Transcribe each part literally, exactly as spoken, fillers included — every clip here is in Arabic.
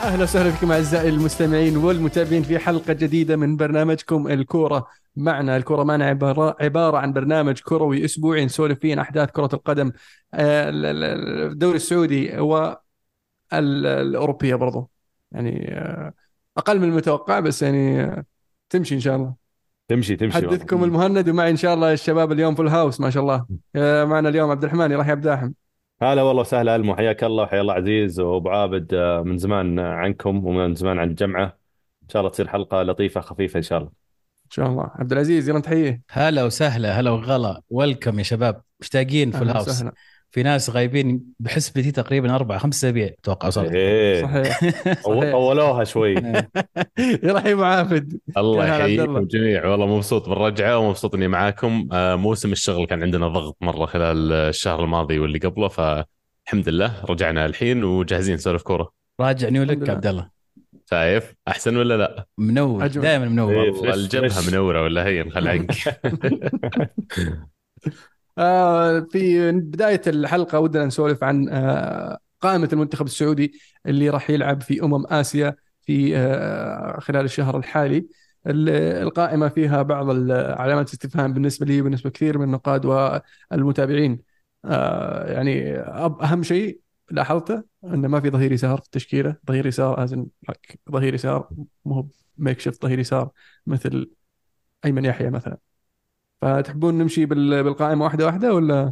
أهلا وسهلا بكم أعزائي المستمعين والمتابعين في حلقة جديدة من برنامجكم الكورة معنا. الكورة معنا عبارة, عبارة عن برنامج كروي أسبوعي نسولف فيه عن أحداث كرة القدم، آه، ال- ال- الدوري السعودي والأوروبية برضو. يعني آه، أقل من المتوقع، بس يعني آه، تمشي إن شاء الله. تمشي تمشي والله. محدثكم المهند، ومعي إن شاء الله الشباب اليوم في الهاوس ما شاء الله. آه، معنا اليوم عبد الرحمن يرحب عبد الداحم. هلا والله وسهلا المو، حياك الله وحيا الله عزيز وابو عابد. آه، من زمان عنكم ومن زمان عن الجمعة. ان شاء الله تصير حلقة لطيفة خفيفة ان شاء الله. إن شاء الله عبد العزيز يلا تحييه. هلا وسهلا، هلا وغلا، ويلكم يا شباب، مشتاقين في أهلا الهاوس. وسهلا. في ناس غايبين بحسبتي تقريبا أربع خمس أسابيع أتوقع وصلت. ايه. صحيح. أو- صحيح. اولوها شوي. يرحب عافد. الله كيف حال عبد يحييكم الله؟ جميع، والله مبسوط بالرجعة ومبسوط اني معاكم. آه، موسم الشغل كان عندنا ضغط مرة خلال الشهر الماضي واللي قبله، فالحمد لله رجعنا الحين وجاهزين نسولف كورة. راجع الحمد نيولك لله. عبد الله. شايف احسن ولا لا؟ منور اجمل. دائما منور. ايه، والله فريش الجبهه الجبهة فريش. منورة ولا هي نخل عنك. آه في بدايه الحلقه ودنا نسولف عن آه قائمه المنتخب السعودي اللي راح يلعب في امم اسيا في آه خلال الشهر الحالي. ال- القائمه فيها بعض علامات استفهام بالنسبه لي وبالنسبه كثير من النقاد والمتابعين. آه يعني أب- اهم شيء لاحظته انه ما في ظهير يسار في التشكيله. ظهير يسار ازن ظهير يسار، مو هو ميك شيفت ظهير يسار مثل ايمن يحيى مثلا. فتحبون نمشي بال- بالقائمه واحده واحده ولا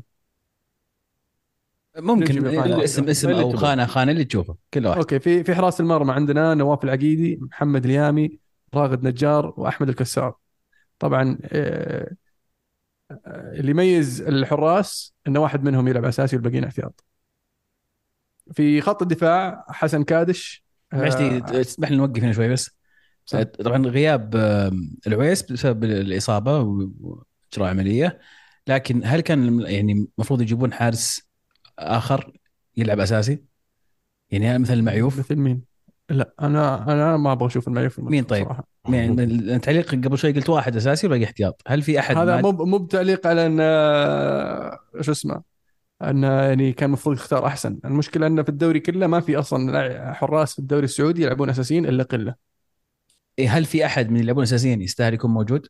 نمشي ممكن بالقائمه واحده الاسم واحده؟ اسم اللي أو تبغى. خانة خانة اللي تشوفه كل واحد. اوكي، في في حراس المرمى عندنا نواف العقيدي، محمد اليامي، راغد نجار، واحمد الكسار. طبعا آه، آه، اللي يميز الحراس ان واحد منهم يلعب اساسي والباقيين احتياط. في خط الدفاع حسن كادش. معلش آه، دقيقة، تسمح لي نوقف هنا شوي بس. صح. طبعا غياب آم، العويس بسبب الإصابة وإجراء عملية، لكن هل كان يعني المفروض يجيبون حارس آخر يلعب أساسي؟ يعني مثل المعيوف. مثل مين؟ لا، انا انا ما ابغى اشوف المعيوف في مين المنتخب طيب؟ صراحه. يعني تعليق قبل شوي قلت واحد اساسي وباقي احتياط، هل في احد هذا ما؟ مو مو بتعليق على ان آه، شو اسمه، انه يعني كان المفروض يختار احسن. المشكله انه في الدوري كله ما في اصلا حراس في الدوري السعودي يلعبون اساسيين الا قله. إيه، هل في احد من اللي يلعبون اساسيين يستاهل يكون موجود؟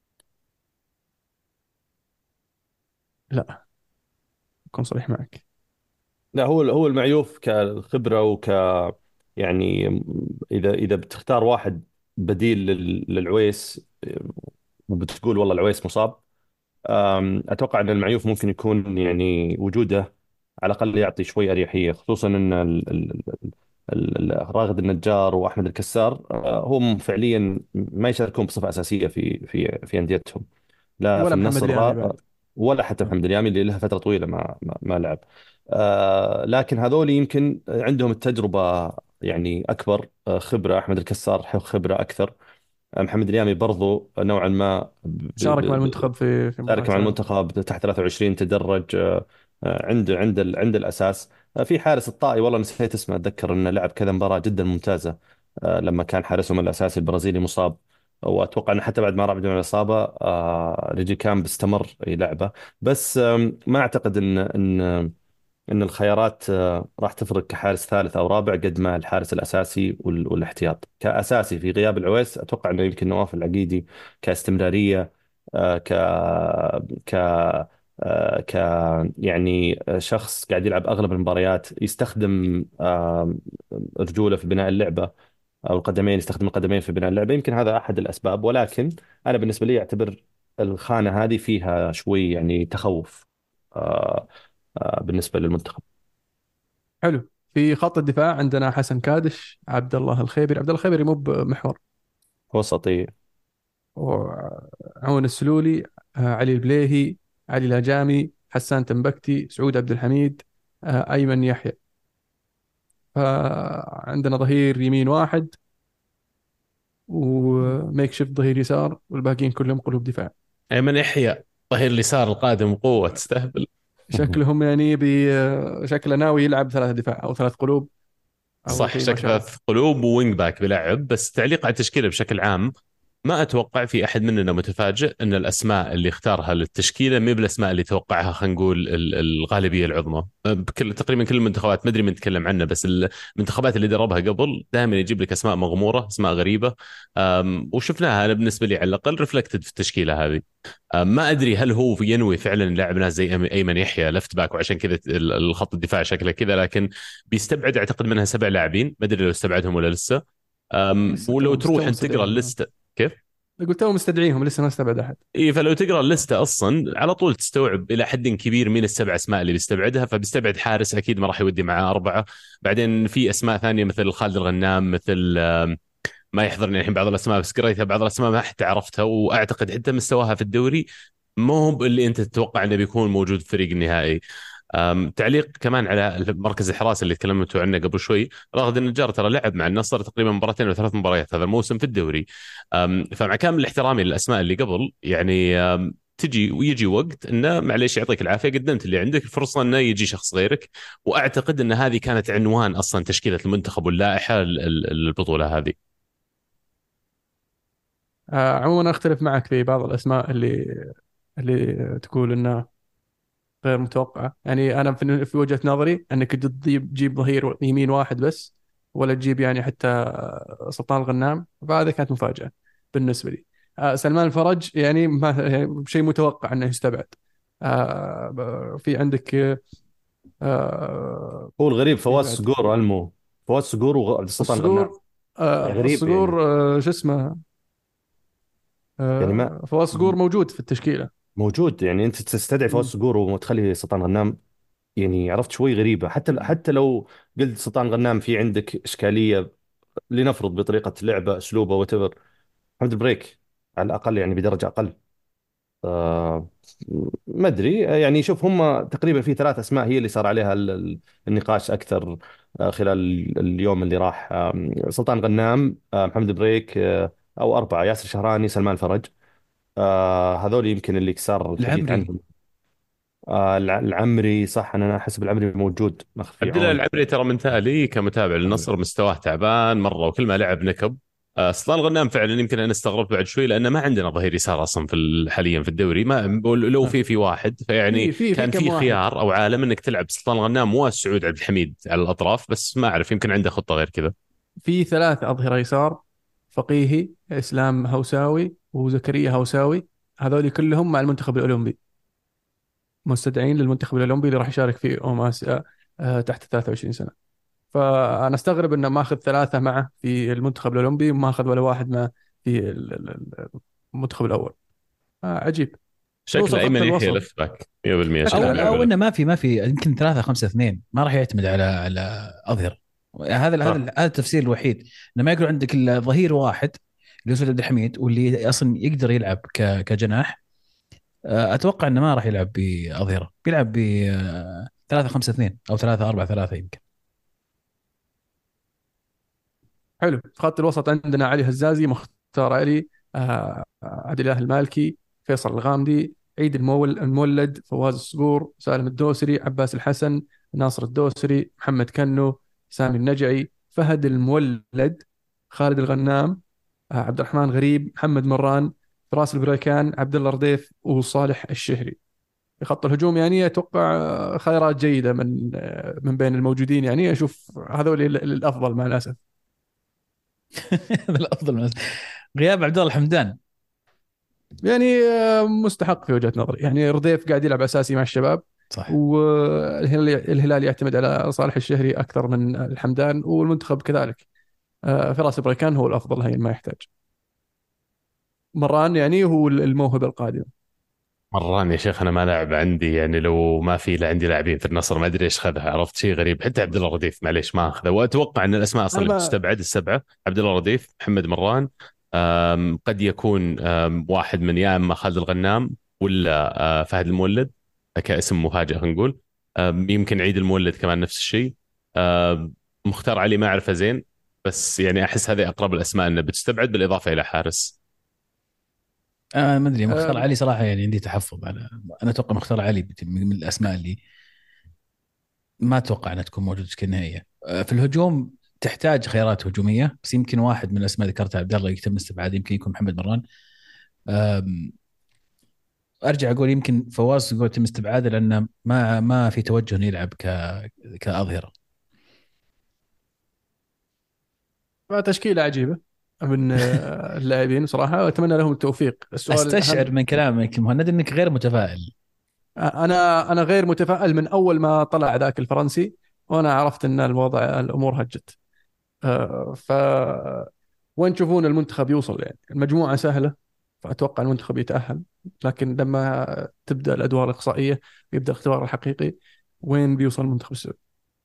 لا، اكون صريح معك. لا، هو هو المعيوف كخبرة وك يعني، إذا إذا بتختار واحد بديل لل- للعويس، وبتقول والله العويس مصاب، أم، أتوقع أن المعيوف ممكن يكون يعني وجوده على الأقل يعطي شوي أريحية، خصوصا أن ال- ال- ال- ال- راغد النجار وأحمد الكسار آه، هم فعليا ما يشاركون بصفة أساسية في في في أنديتهم، لا في ولا محمد النصر اليامي را- بعد. ولا حتى محمد اليامي اللي له فترة طويلة ما ما, ما لعب. آه لكن هذول يمكن عندهم التجربة يعني أكبر، آه خبرة. أحمد الكسار خبرة أكثر. آه محمد اليامي برضو نوعا ما ب- شارك مع ب- ب- المنتخب في في مباراه شارك مع سابقه. المنتخب تحت ثلاثة وعشرين، تدرج. آه آه، عنده عند ال- عند الأساس. آه في حارس الطائي والله نسيت اسمه، أتذكر أنه لعب كذا مباراة جدا ممتازة آه لما كان حارسهم الأساسي البرازيلي مصاب. واتوقع انه حتى بعد ما رجع من الاصابه آه ريجي كامب استمر يلعبه. بس آم، ما اعتقد ان ان ان الخيارات آه راح تفرق كحارس ثالث او رابع قد ما الحارس الاساسي وال- والاحتياط. كاساسي في غياب العويس اتوقع انه يمكن نواف العقيدي كاستمراريه، آه ك ك آه، ك يعني شخص قاعد يلعب اغلب المباريات، يستخدم آه، رجوله في بناء اللعبه، او القدمين، يستخدم القدمين في بناء اللعبه. يمكن هذا احد الاسباب، ولكن انا بالنسبه لي اعتبر الخانه هذه فيها شوي يعني تخوف آه، آه، بالنسبه للمنتخب. حلو. في خط الدفاع عندنا حسن كادش، عبد الله الخيبري. عبد الله الخيبري مو بمحور. وسطي. وعون السلولي، آه، علي البليهي، علي الهجامي، حسان تنبكتي، سعود عبد الحميد، آه، ايمن يحيى. فعندنا ظهير يمين واحد وميك شيفت ظهير يسار، والباقيين كلهم قلوب دفاع. ايمن يحيى ظهير اليسار القادم قوه تستهبل. شكلهم يعني بشكله ناوي يلعب ثلاثة دفاع او ثلاث قلوب او صح، شيء ما شكله شابه. ثلاث قلوب وينج باك بيلعب. بس تعليق على التشكيله بشكل عام، ما اتوقع في احد مننا متفاجئ ان الاسماء اللي اختارها للتشكيله مي بالاسماء اللي توقعها، خلينا نقول ال- الغالبيه العظمى بكل تقريبا كل المنتخبات. ما ادري من نتكلم عنه، بس المنتخبات اللي دربها قبل دائما يجيب لك اسماء مغموره، اسماء غريبه. أم، وشفناها انا بالنسبه لي على الاقل ريفلكتد في التشكيله هذه. أم، ما ادري هل هو ينوي فعلا يلعب ناس زي أم- ايمن يحيى لفت باك وعشان كذا ال- الخط الدفاع شكله كذا، لكن بيستبعد اعتقد منها سبع لاعبين، ما ادري لو استبعدهم ولا لسه. أم، لسه ولو تو تروح تو انت تقرا مستدعيهم. الليسته. كيف؟ قلت تو مستدعيهم لسه ما استبعد احد. اي، فلو تقرا اللسته اصلا على طول تستوعب الى حد كبير مين السبع اسماء اللي بيستبعدها. فبيستبعد حارس اكيد ما راح يودي معاه اربعه. بعدين في اسماء ثانيه مثل خالد الغنام، مثل آم، ما يحضرني الحين بعض الاسماء، بس قريتها بعض الاسماء ما حتى عرفتها، واعتقد حتى مستواها في الدوري مو هو اللي انت تتوقع انه بيكون موجود في فريق النهائي. أم، تعليق كمان على مركز الحراسه اللي تكلمتوا عنه قبل شوي. راغد النجار ترى لعب مع النصر تقريبا مباراتين او ثلاث مباريات هذا الموسم في الدوري. أم، فمع كامل احترامي للاسماء اللي قبل، يعني أم، تجي ويجي وقت انه معليش يعطيك العافيه قدمت اللي عندك، فرصه انه يجي شخص غيرك. واعتقد ان هذه كانت عنوان اصلا تشكيله المنتخب واللائحه للبطوله هذه. آه عموما اختلف معك في بعض الاسماء اللي اللي تقول انها غير متوقعه. يعني انا في في وجهه نظري انك تجيب تجيب ظهير يمين واحد بس، ولا تجيب يعني حتى آه، سلطان الغنام، فهذا كانت مفاجاه بالنسبه لي. آه سلمان الفرج يعني ما يعني شيء متوقع انه يستبعد. آه ب- في عندك آه هو الغريب مين فواز بعد؟ صقور المو، فواز صقور وعبد السلطان غنام. الصقور. آه غريب يعني. الصقور آه شو اسمه. يعني ما آه فواز صقور موجود في التشكيله. موجود، يعني انت تستدعي فواز مم. صقور وتخلي سلطان غنام. يعني عرفت شوي غريبة، حتى حتى لو قلت سلطان غنام في عندك إشكالية، لنفرض بطريقة لعبه اسلوبه وتبر، محمد بريك على الاقل يعني بدرجه اقل. آه ما ادري يعني. شوف، هم تقريبا في ثلاث اسماء هي اللي صار عليها ال- ال- النقاش اكثر آه خلال اليوم اللي راح. آه سلطان غنام، آه محمد بريك، آه او اربعه: ياسر شهراني، سلمان الفرج. آه هذول يمكن اللي كسر الحديث العمري. عنهم. آه الع- العمري صح، انا احسب العمري موجود، مخفي عبد الله عون. العمري ترى من تالي كمتابع للنصر مستواه تعبان مره، وكل ما لعب نكب. آه، سلطان الغنام فعلا يمكن انا استغربت بعد شوي، لانه ما عندنا ظهير يسار اصلا في ال- حاليا في الدوري. ما لو آه. في في واحد فيعني في في في كان كم في واحد. خيار او عالم انك تلعب سلطان الغنام والسعود عبد الحميد على الاطراف، بس ما اعرف يمكن عنده خطه غير كذا. في ثلاث أظهرة يسار: فقيهي، إسلام هوساوي، وزكريا هوساوي. هذول كلهم مع المنتخب الأولمبي، مستدعين للمنتخب الأولمبي اللي راح يشارك في أمم آسيا آه، تحت ثلاثة وعشرين سنة. فأنا استغرب إنه ماخذ ثلاثة معه في المنتخب الأولمبي وما أخذ ولا واحد معه في ال- ال- المنتخب الأول. آه، عجيب. شكله خصوصا خط ايمن يحيى الوسط. لفت باك مية بالمية، شكله شكله او لا. بيلعب او لفت. انه ما في ما في يمكن ثلاثة خمسة اثنين، ما راح يعتمد على على اظهر. هذا هذا صح. هذا التفسير الوحيد. لما يكون عندك الا ظهير واحد اللي هو سعود عبد الحميد، واللي اصلا يقدر يلعب ك- كجناح. آه، اتوقع انه ما راح يلعب باظهره، بيلعب ب ثلاثة خمسة اثنين او ثلاثة أربعة ثلاثة يمكن. حلو. في خط الوسط عندنا علي هزازي، مختار علي، آه، عبد الله المالكي، فيصل الغامدي، عيد المول المولد، فواز الصقور، سالم الدوسري، عباس الحسن، ناصر الدوسري، محمد كنو، سامي النجعي، فهد المولد، خالد الغنام، آه، عبد الرحمن غريب، محمد مران، فراس البريكان، عبد الله رديف، وصالح الشهري. في خط الهجوم يعني اتوقع آه، خيارات جيده من آه، من بين الموجودين. يعني اشوف هذول ال- الافضل مع الاسف. هذا الافضل من- غياب عبد الله الحمدان. يعني آه، مستحق في وجهة نظري. يعني رضيف قاعد يلعب اساسي مع الشباب، صح. والهلال الهلال يعتمد على صالح الشهري اكثر من الحمدان، والمنتخب كذلك. آه، فراس بريكان هو الافضل، هي ما يحتاج. مران يعني هو الموهبة القادمة. مران يا شيخ انا ما لاعب عندي، يعني لو ما في لا عندي لاعبين في النصر ما ادري ايش خذها. عرفت شيء غريب، حتى عبد الله رديف معليش ما اخذه. واتوقع ان الاسماء اصلا انا اللي ما بتستبعد السبعه: عبد الله رديف، محمد مران، أم، قد يكون أم، واحد من يا اما خالد الغنام ولا أه، فهد المولد كاسم مفاجئ خلينا نقول. أم، يمكن عيد المولد كمان نفس الشيء. أم، مختار علي ما اعرفه زين، بس يعني احس هذه اقرب الاسماء انها بتستبعد بالاضافه الى حارس. آه ما ادري، مختار آه، علي صراحه يعني عندي تحفظ على. انا اتوقع مختار علي بت- من من الاسماء اللي ما اتوقع انها تكون موجوده في النهائيه. آه في الهجوم تحتاج خيارات هجوميه، بس يمكن واحد من الاسماء ذكرتها عبد الله يتم استبعاد، يمكن يكون محمد مران. أم، ارجع اقول يمكن فواز يقول يتم استبعاده لانه ما ما في توجه انه يلعب ك كاظهره. فتشكيله عجيبه من آه، اللاعبين صراحه، واتمنى لهم التوفيق. السؤال استشعر الاهم، من كلامك مهند انك غير متفائل. انا انا غير متفائل من اول ما طلع ذاك الفرنسي، وانا عرفت ان الوضع الامور هجت. آه، ف وين تشوفون المنتخب يوصل؟ يعني المجموعه سهله، فاتوقع المنتخب يتاهل، لكن لما تبدا الادوار الاقصائيه ويبدا الاختبار الحقيقي، وين بيوصل المنتخب السعودي؟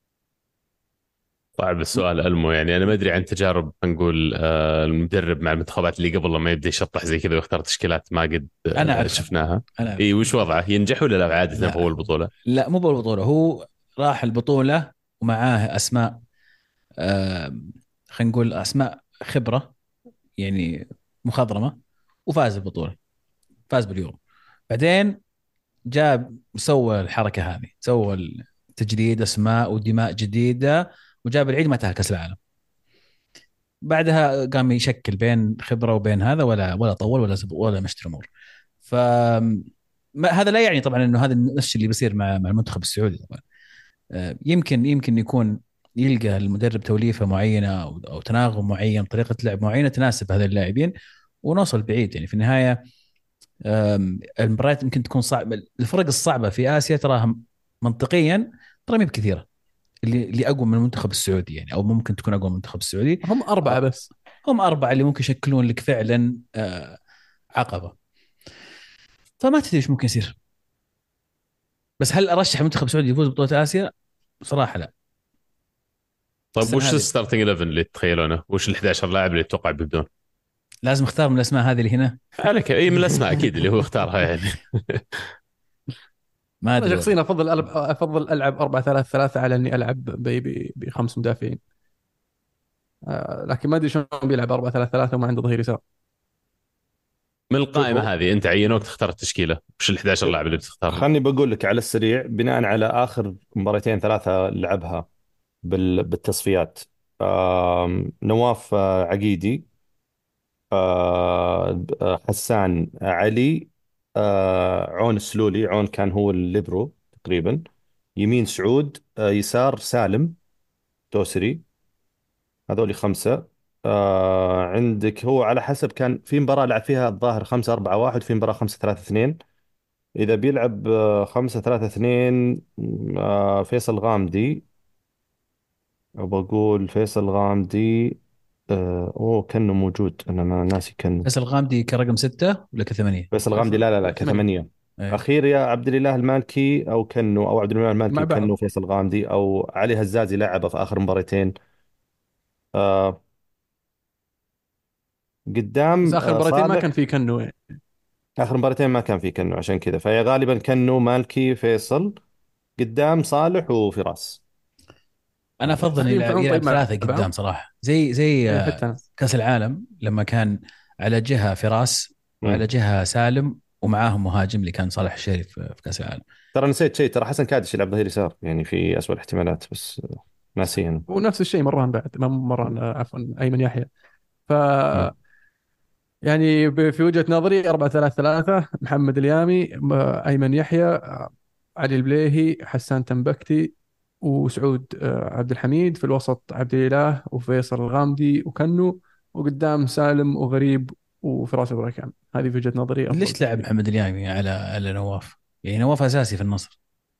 صعب السؤال المو، يعني انا ما ادري عن تجارب نقول آه، المدرب مع المنتخبات اللي قبل لما يبدا يشطح زي كذا ويختار تشكيلات ما قد انا آه، اعرفها. شفناها. انا أعرف. اي وش وضعه؟ ينجح ولا لا عاده في لا اول بطوله؟ لا مو بالبطوله، هو راح البطوله ومعاه اسماء، آه خلينا نقول اسماء خبره يعني مخضرمه، وفاز البطوله، فاز باليورو. بعدين جاب سوى الحركه هذه، سوى تجديد اسماء ودماء جديده، وجاب العيد ما تاهل كاس العالم. بعدها قام يشكل بين خبره وبين هذا، ولا ولا طول ولا زب- ولا مشت الامور. ف ما- هذا لا يعني طبعا انه هذا نفس اللي بيصير مع مع المنتخب السعودي طبعا. آه، يمكن يمكن يكون يلقى المدرب توليفه معينه او او تناغم معين، طريقه لعب معينه تناسب هذا اللاعبين، ونوصل بعيد. يعني في النهايه آم، المباريات يمكن تكون صعبه، الفرق الصعبه في اسيا تراها منطقيا ترى ما بكثيره، اللي اللي اقوى من المنتخب السعودي يعني، او ممكن تكون اقوى من المنتخب السعودي. هم اربعه آه، بس. هم اربعه اللي ممكن يشكلون لك فعلا آه، عقبه. فما تدري ايش ممكن يصير، بس هل ارشح المنتخب السعودي يفوز ببطوله اسيا؟ بصراحه لا. طيب السنه وش هذه الستارتنج إحدى عشر اللي تتخيلونه؟ وش ال احد عشر لاعب اللي تتوقع بيبدون؟ لازم اختار من الاسماء هذه اللي هنا. عليك اي من الاسماء اكيد اللي هو اختارها يعني. ما انا ادري والله. شخصيا افضل ألعب افضل العب أربعة ثلاثة ثلاثة على اني العب ب- ب- بخمس مدافعين. آه، لكن ما ادري شلون بيلعب أربعة ثلاثة ثلاثة وما عنده ظهير يسار. من القائمه شوفوا، هذه انت عينوك تختار التشكيله، وش ال احد عشر لاعب اللي بتختارهم؟ خلني بقول لك على السريع بناء على آخر مباراتين ثلاثة لعبها بال- بالتصفيات. آم، نواف آه، عقيدي، آه، آه، حسان علي، آه، عون السلولي. عون كان هو الليبرو تقريبا. يمين سعود، آه، يسار سالم توسري. هذول خمسة. آه، عندك هو على حسب، كان في مباراة لعب فيها الظاهر خمسة أربعة واحد، في مباراة خمسة ثلاثة اثنين. إذا بيلعب آه، خمسة ثلاثة اثنين، آه، فيصل غامدي. بقول فيصل غامدي. آه، أوه كأنه موجود، أنا ما ناسي كأنه. بس الغامدي كرقم ستة ولا كثمانية؟ فيصل غامدي لا لا لا ثمانية كثمانية. ايه. أخير يا عبد الإله المالكي أو كنو، أو عبد الإله المالكي مع وكنو بعض. فيصل غامدي، أو علي هزازي لعبه في آخر مباراتين. آه بس قدام اخر آه مباراتين ما كان صالح. في كنو يعني. آخر مباراتين ما كان في كنو، عشان كذا فهي غالبا كنو مالكي فيصل. قدام صالح وفراس. انا هذا افضل هل يلعب ينفعون يلعب طيب مع ثلاثة قدام بعض؟ صراحة، زي زي اي آه، حتى انا. كأس العالم لما كان على جهة فراس مم. وعلى جهة سالم ومعاهم مهاجم اللي كان صالح الشريف في في كأس العالم. ترى نسيت شيء، ترى حسن كادش يلعب ظهير يسار يعني في أسوأ الاحتمالات، بس آه، ناسيا. ونفس الشيء مران بعد، ما مران، آه، عفوا، ايمن يحيى. ف مم. يعني ب- في وجهة نظري أربعة ثلاثة ثلاثة، محمد اليامي، م- أيمن يحيى، آه، علي البليهي، حسان تنبكتي، وسعود آه، عبد الحميد. في الوسط عبد الإله وفيصل الغامدي وكنو، وقدام سالم وغريب وفراس إبراهيم. هذه في وجهة نظري أفضل ليش تلعب تشكيلة. محمد اليامي على على نواف؟ يعني نواف اساسي في النصر.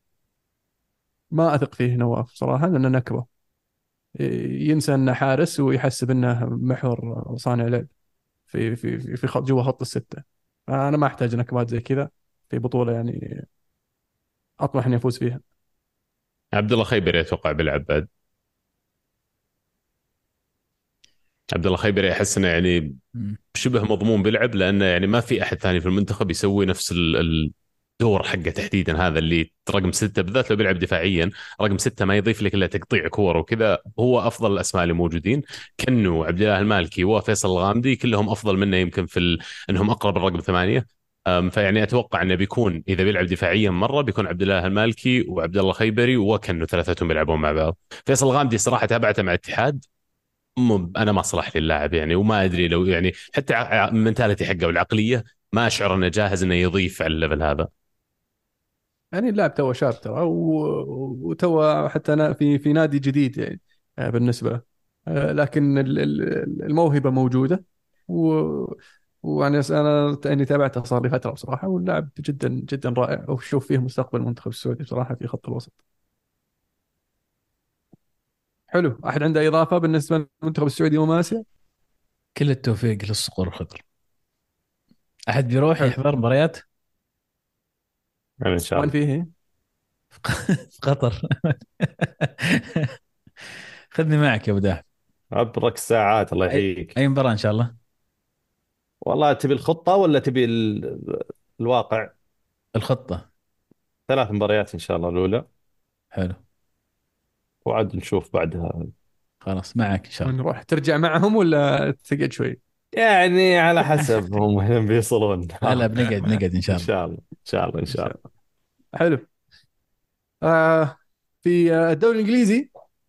ما أثق فيه نواف صراحة، لأنه نكبة، ينسى أنه حارس ويحسب أنه محور صانع لعب في في في في خط جوا خط الستة. أنا ما أحتاج نكبات زي كذا في بطولة يعني أطمح إني أفوز فيها. عبد الله خيبري اتوقع بيلعب بعد. عبد الله خيبري احس انه يعني مم. شبه مضمون بيلعب، لانه يعني ما في احد ثاني في المنتخب يسوي نفس ال- الدور حقه تحديدا، هذا اللي رقم ستة بالذات لو بيلعب دفاعيا. رقم ستة ما يضيف لك الا تقطيع كور وكذا، هو افضل الاسماء اللي موجودين. كنو، عبد الله المالكي وفيصل الغامدي كلهم افضل منه يمكن في ال... انهم اقرب الرقم ثمانية. أم، فيعني اتوقع انه بيكون اذا بيلعب دفاعيا مره بيكون عبد الله المالكي وعبد الله خيبري وكنو ثلاثتهم بيلعبون مع بعض. فيصل الغامدي صراحه تابعته مع الاتحاد، مو انا ما صلح لي اللاعب يعني، وما ادري لو يعني حتى المنتاليتي حقه والعقليه ما اشعر انه جاهز انه يضيف على الليفل هذا. يعني اللاعب تو شاب ترى، و- وتو حتى أنا في في نادي جديد يعني آه، بالنسبة له. آه، لكن ال- ال- الموهبة موجودة، و وانا انا اني تابعته صار لي فتره بصراحه، واللاعب جدا جدا رائع، وشوف فيه مستقبل المنتخب السعودي بصراحه في خط الوسط. حلو. احد عنده اضافه بالنسبه للمنتخب السعودي وماسيا؟ كل التوفيق للصقور الخضر. احد بيروح حلو. يحضر مباريات يعني ان شاء وين الله. فيه؟ في قطر؟ خذني معك يا ابو داح. عبرك ساعات الله اي يحييك. اي مباراه ان شاء الله؟ والله تبي الخطة ولا تبي ال... الواقع؟ الخطه. ثلاث مباريات ان شاء الله الاولى، حلو. وعاد نشوف بعدها. خلاص معك ان شاء وين الله. نروح؟ ترجع معهم ولا تقعد شوي؟ يعني على حسب هم وين بيوصلون. لا لا بنقعد نقعد ان ان شاء الله. شاء الله ان شاء الله ان ان شاء شاء الله. الله. حلو. آه في آه، الدوري الانجليزي.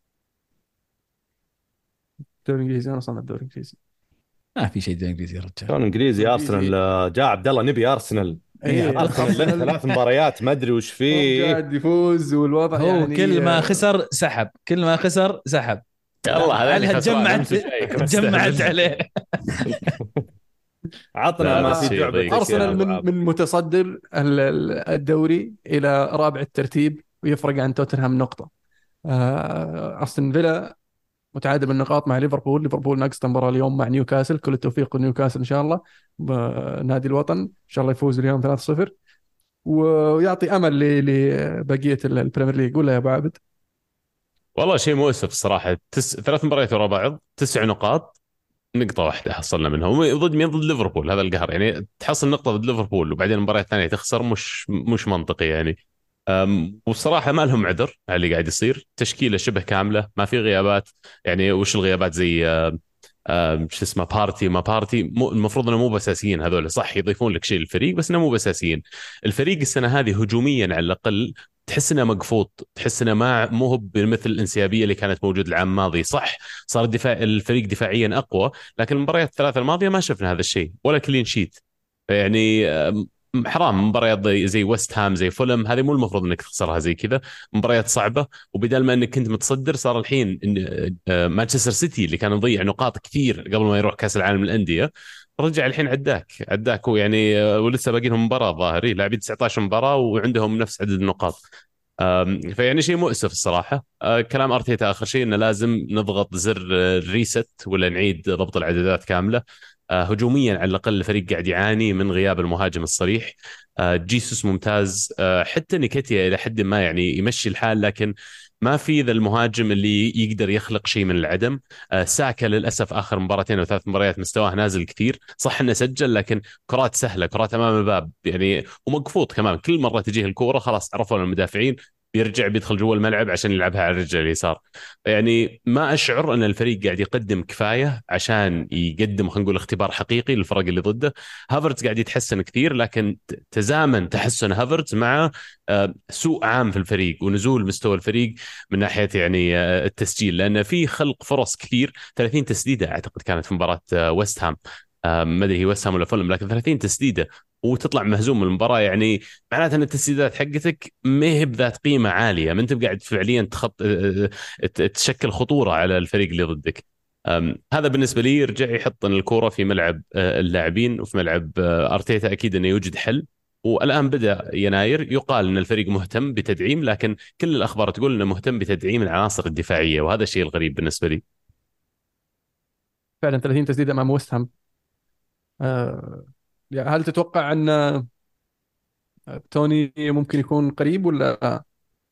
الدوري الانجليزي انا صنع الدوري الانجليزي. ما في شيء انجليزي يا رجال. شلون انجليزي؟ الدوري ارسنال الانجليزي. آه، جاء عبد الله نبي ارسنال. اي ايه ارسنال له ارسنال ثلاث مباريات ما ادري وش هم فيه. قاعد يفوز والوضع هو يعني كل ما آه، خسر سحب، كل ما خسر سحب. يلا هذاني علها خسران تجمعت امس وجايك ما تجمعت تستهبل. عليه. عطنا لا ما بس في آه، شيء جعبتك يضيق. يا ارسنال ابو من عبد. من متصدر ال- ال- الدوري الى رابع الترتيب، ويفرق عن توتنهام نقطه. آه، استون فيلا متعادل بالنقاط مع ليفربول. ليفربول ناقص مباراه اليوم مع نيوكاسل. كل التوفيق لنيوكاسل ان شاء الله. ب- نادي الوطن ان شاء الله يفوز اليوم ثلاثة صفر، ويعطي امل ل- لبقيه ال- البريمير ليج. قول يا ابو عابد. والله شيء مؤسف الصراحه، تس... ثلاث مباريات ورا بعض تسع نقاط، نقطة واحدة حصلنا منهم ضد مين؟ ضد ليفربول. هذا القهر يعني، تحصل نقطة ضد ليفربول وبعدين المباراة الثانية تخسر، مش مش منطقي يعني. أم، والصراحة ما لهم عذر على اللي قاعد يصير. تشكيلة شبه كاملة، ما في غيابات. يعني وش الغيابات؟ زي أم، أم، شو اسمه، بارتي ما بارتي، مو المفروض انه مو باساسيين هذول، صح يضيفون لك شيء للفريق بس انه مو باساسيين. الفريق السنة هذه هجوميا على الأقل تحس انه مقفوط، تحس انه ما مو هو بمثل الانسيابيه اللي كانت موجود العام الماضي. صح صار الدفاع الفريق دفاعيا اقوى، لكن المباريات الثلاثه الماضيه ما شفنا هذا الشيء ولا كلين شيت. يعني آم، حرام. مباريات زي زي ويست هام زي فولم، هذه مو المفروض انك تخسرها زي كذا. مباريات صعبه، وبدال ما انك كنت متصدر صار الحين إن- آه، مانشستر سيتي اللي كان مضيع نقاط كثير قبل ما يروح كاس العالم للانديه رجع الحين عداك عداك هو يعني. آه، ولسه باقي لهم مباراه ظاهري، لاعبين تسعة عشر مباراه وعندهم نفس عدد النقاط. آم، فيعني شيء مؤسف الصراحه. آه، كلام ارتيتا اخر شيء انه لازم نضغط زر الريست ولا نعيد ضبط الاعدادات كامله. آه، هجوميا على الاقل الفريق قاعد يعاني من غياب المهاجم الصريح. آه، جيسوس ممتاز، آه، حتى نيكيتيا الى حد ما يعني يمشي الحال، لكن ما في ذا المهاجم اللي يقدر يخلق شيء من العدم. آه، ساكا للاسف اخر مباراتين او ثلاث مباريات مستواه نازل كثير. صح انه سجل لكن كرات سهله، كرات امام الباب يعني، ومقفوط كمان. كل مره تجيه الكوره خلاص عرفوا المدافعين، بيرجع بيدخل جوا الملعب عشان يلعبها على الرجل اليسار. يعني ما اشعر ان الفريق قاعد يقدم كفايه عشان يقدم خلينا نقول اختبار حقيقي للفرق اللي ضده. هافرتز قاعد يتحسن كثير، لكن تزامن تحسن هافرتز مع آه، سوء عام في الفريق ونزول مستوى الفريق من ناحيه يعني آه، التسجيل، لان في خلق فرص كثير. ثلاثين تسديده اعتقد كانت في مباراه آه، ويست هام. آه، ما ادري هي ويست هام ولا فولم، لكن ثلاثين تسديده وتطلع مهزوم من المباراه. يعني معناته ان التسديدات حقتك ما هي بذات قيمه عاليه، ما انت قاعد فعليا تخط آه، آه، تشكل خطوره على الفريق اللي ضدك. أم، هذا بالنسبه لي يرجع يحط الكوره في ملعب آه، اللاعبين وفي ملعب آه، ارتيتا. اكيد انه يوجد حل، والان بدا يناير يقال ان الفريق مهتم بتدعيم، لكن كل الاخبار تقول انه مهتم بتدعيم العناصر الدفاعيه، وهذا الشيء الغريب بالنسبه لي. فعلا ثلاثين تسديده امام ويست هام. آه، يعني هل تتوقع ان آه، توني ممكن يكون قريب ولا آه؟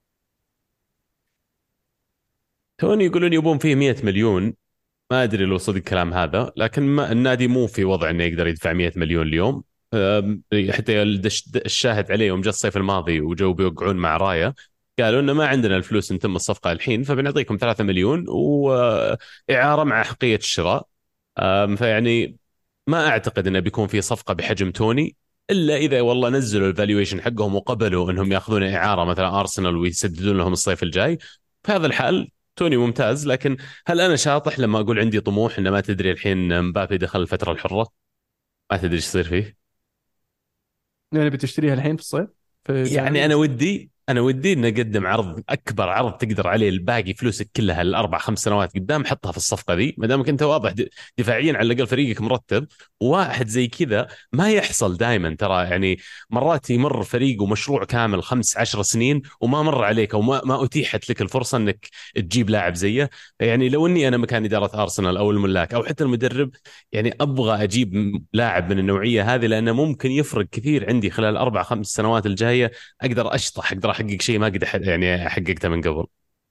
توني يقولون يبون فيه مئة مليون. ما ادري لو صدق كلام هذا، لكن ما النادي مو في وضع انه يقدر يدفع مئة مليون اليوم. أم، حتى الدش- الشاهد عليه يوم جاء الصيف الماضي وجو بيوقعون مع رايه، قالوا انه ما عندنا الفلوس نتم الصفقه الحين، فبنعطيكم ثلاثة مليون واعاره مع حقيه الشراء. أم، فيعني ما اعتقد انه بيكون في صفقه بحجم توني، الا اذا والله نزلوا الفالويشن حقهم وقبلوا انهم ياخذون اعاره مثلا ارسنال ويسددون لهم الصيف الجاي. في هذا الحال توني ممتاز، لكن هل انا شاطح لما اقول عندي طموح ان ما تدري الحين مبابي دخل الفتره الحره، ما تدري ايش يصير فيه؟ يعني بتشتريها الحين في الصيف في يعني جانوري انا بس؟ ودي انا ودي ان اقدم عرض، اكبر عرض تقدر عليه، الباقي فلوسك كلها الاربع خمس سنوات قدام حطها في الصفقه ذي، ما دامك انت واضح د- دفاعيا على الاقل فريقك مرتب. وواحد زي كذا ما يحصل دائما ترى، يعني مرات يمر فريق ومشروع كامل خمس عشر سنين وما مر عليك او ما ما اتيحت لك الفرصه انك تجيب لاعب زيه. يعني لو اني انا مكان اداره ارسنال او الملاك او حتى المدرب، يعني ابغى اجيب م- لاعب من النوعيه هذه، لانه ممكن يفرق كثير عندي خلال اربع خمس سنوات الجايه. اقدر اشطح، اقدر احقق شيء ما قد أح- يعني حققته من قبل.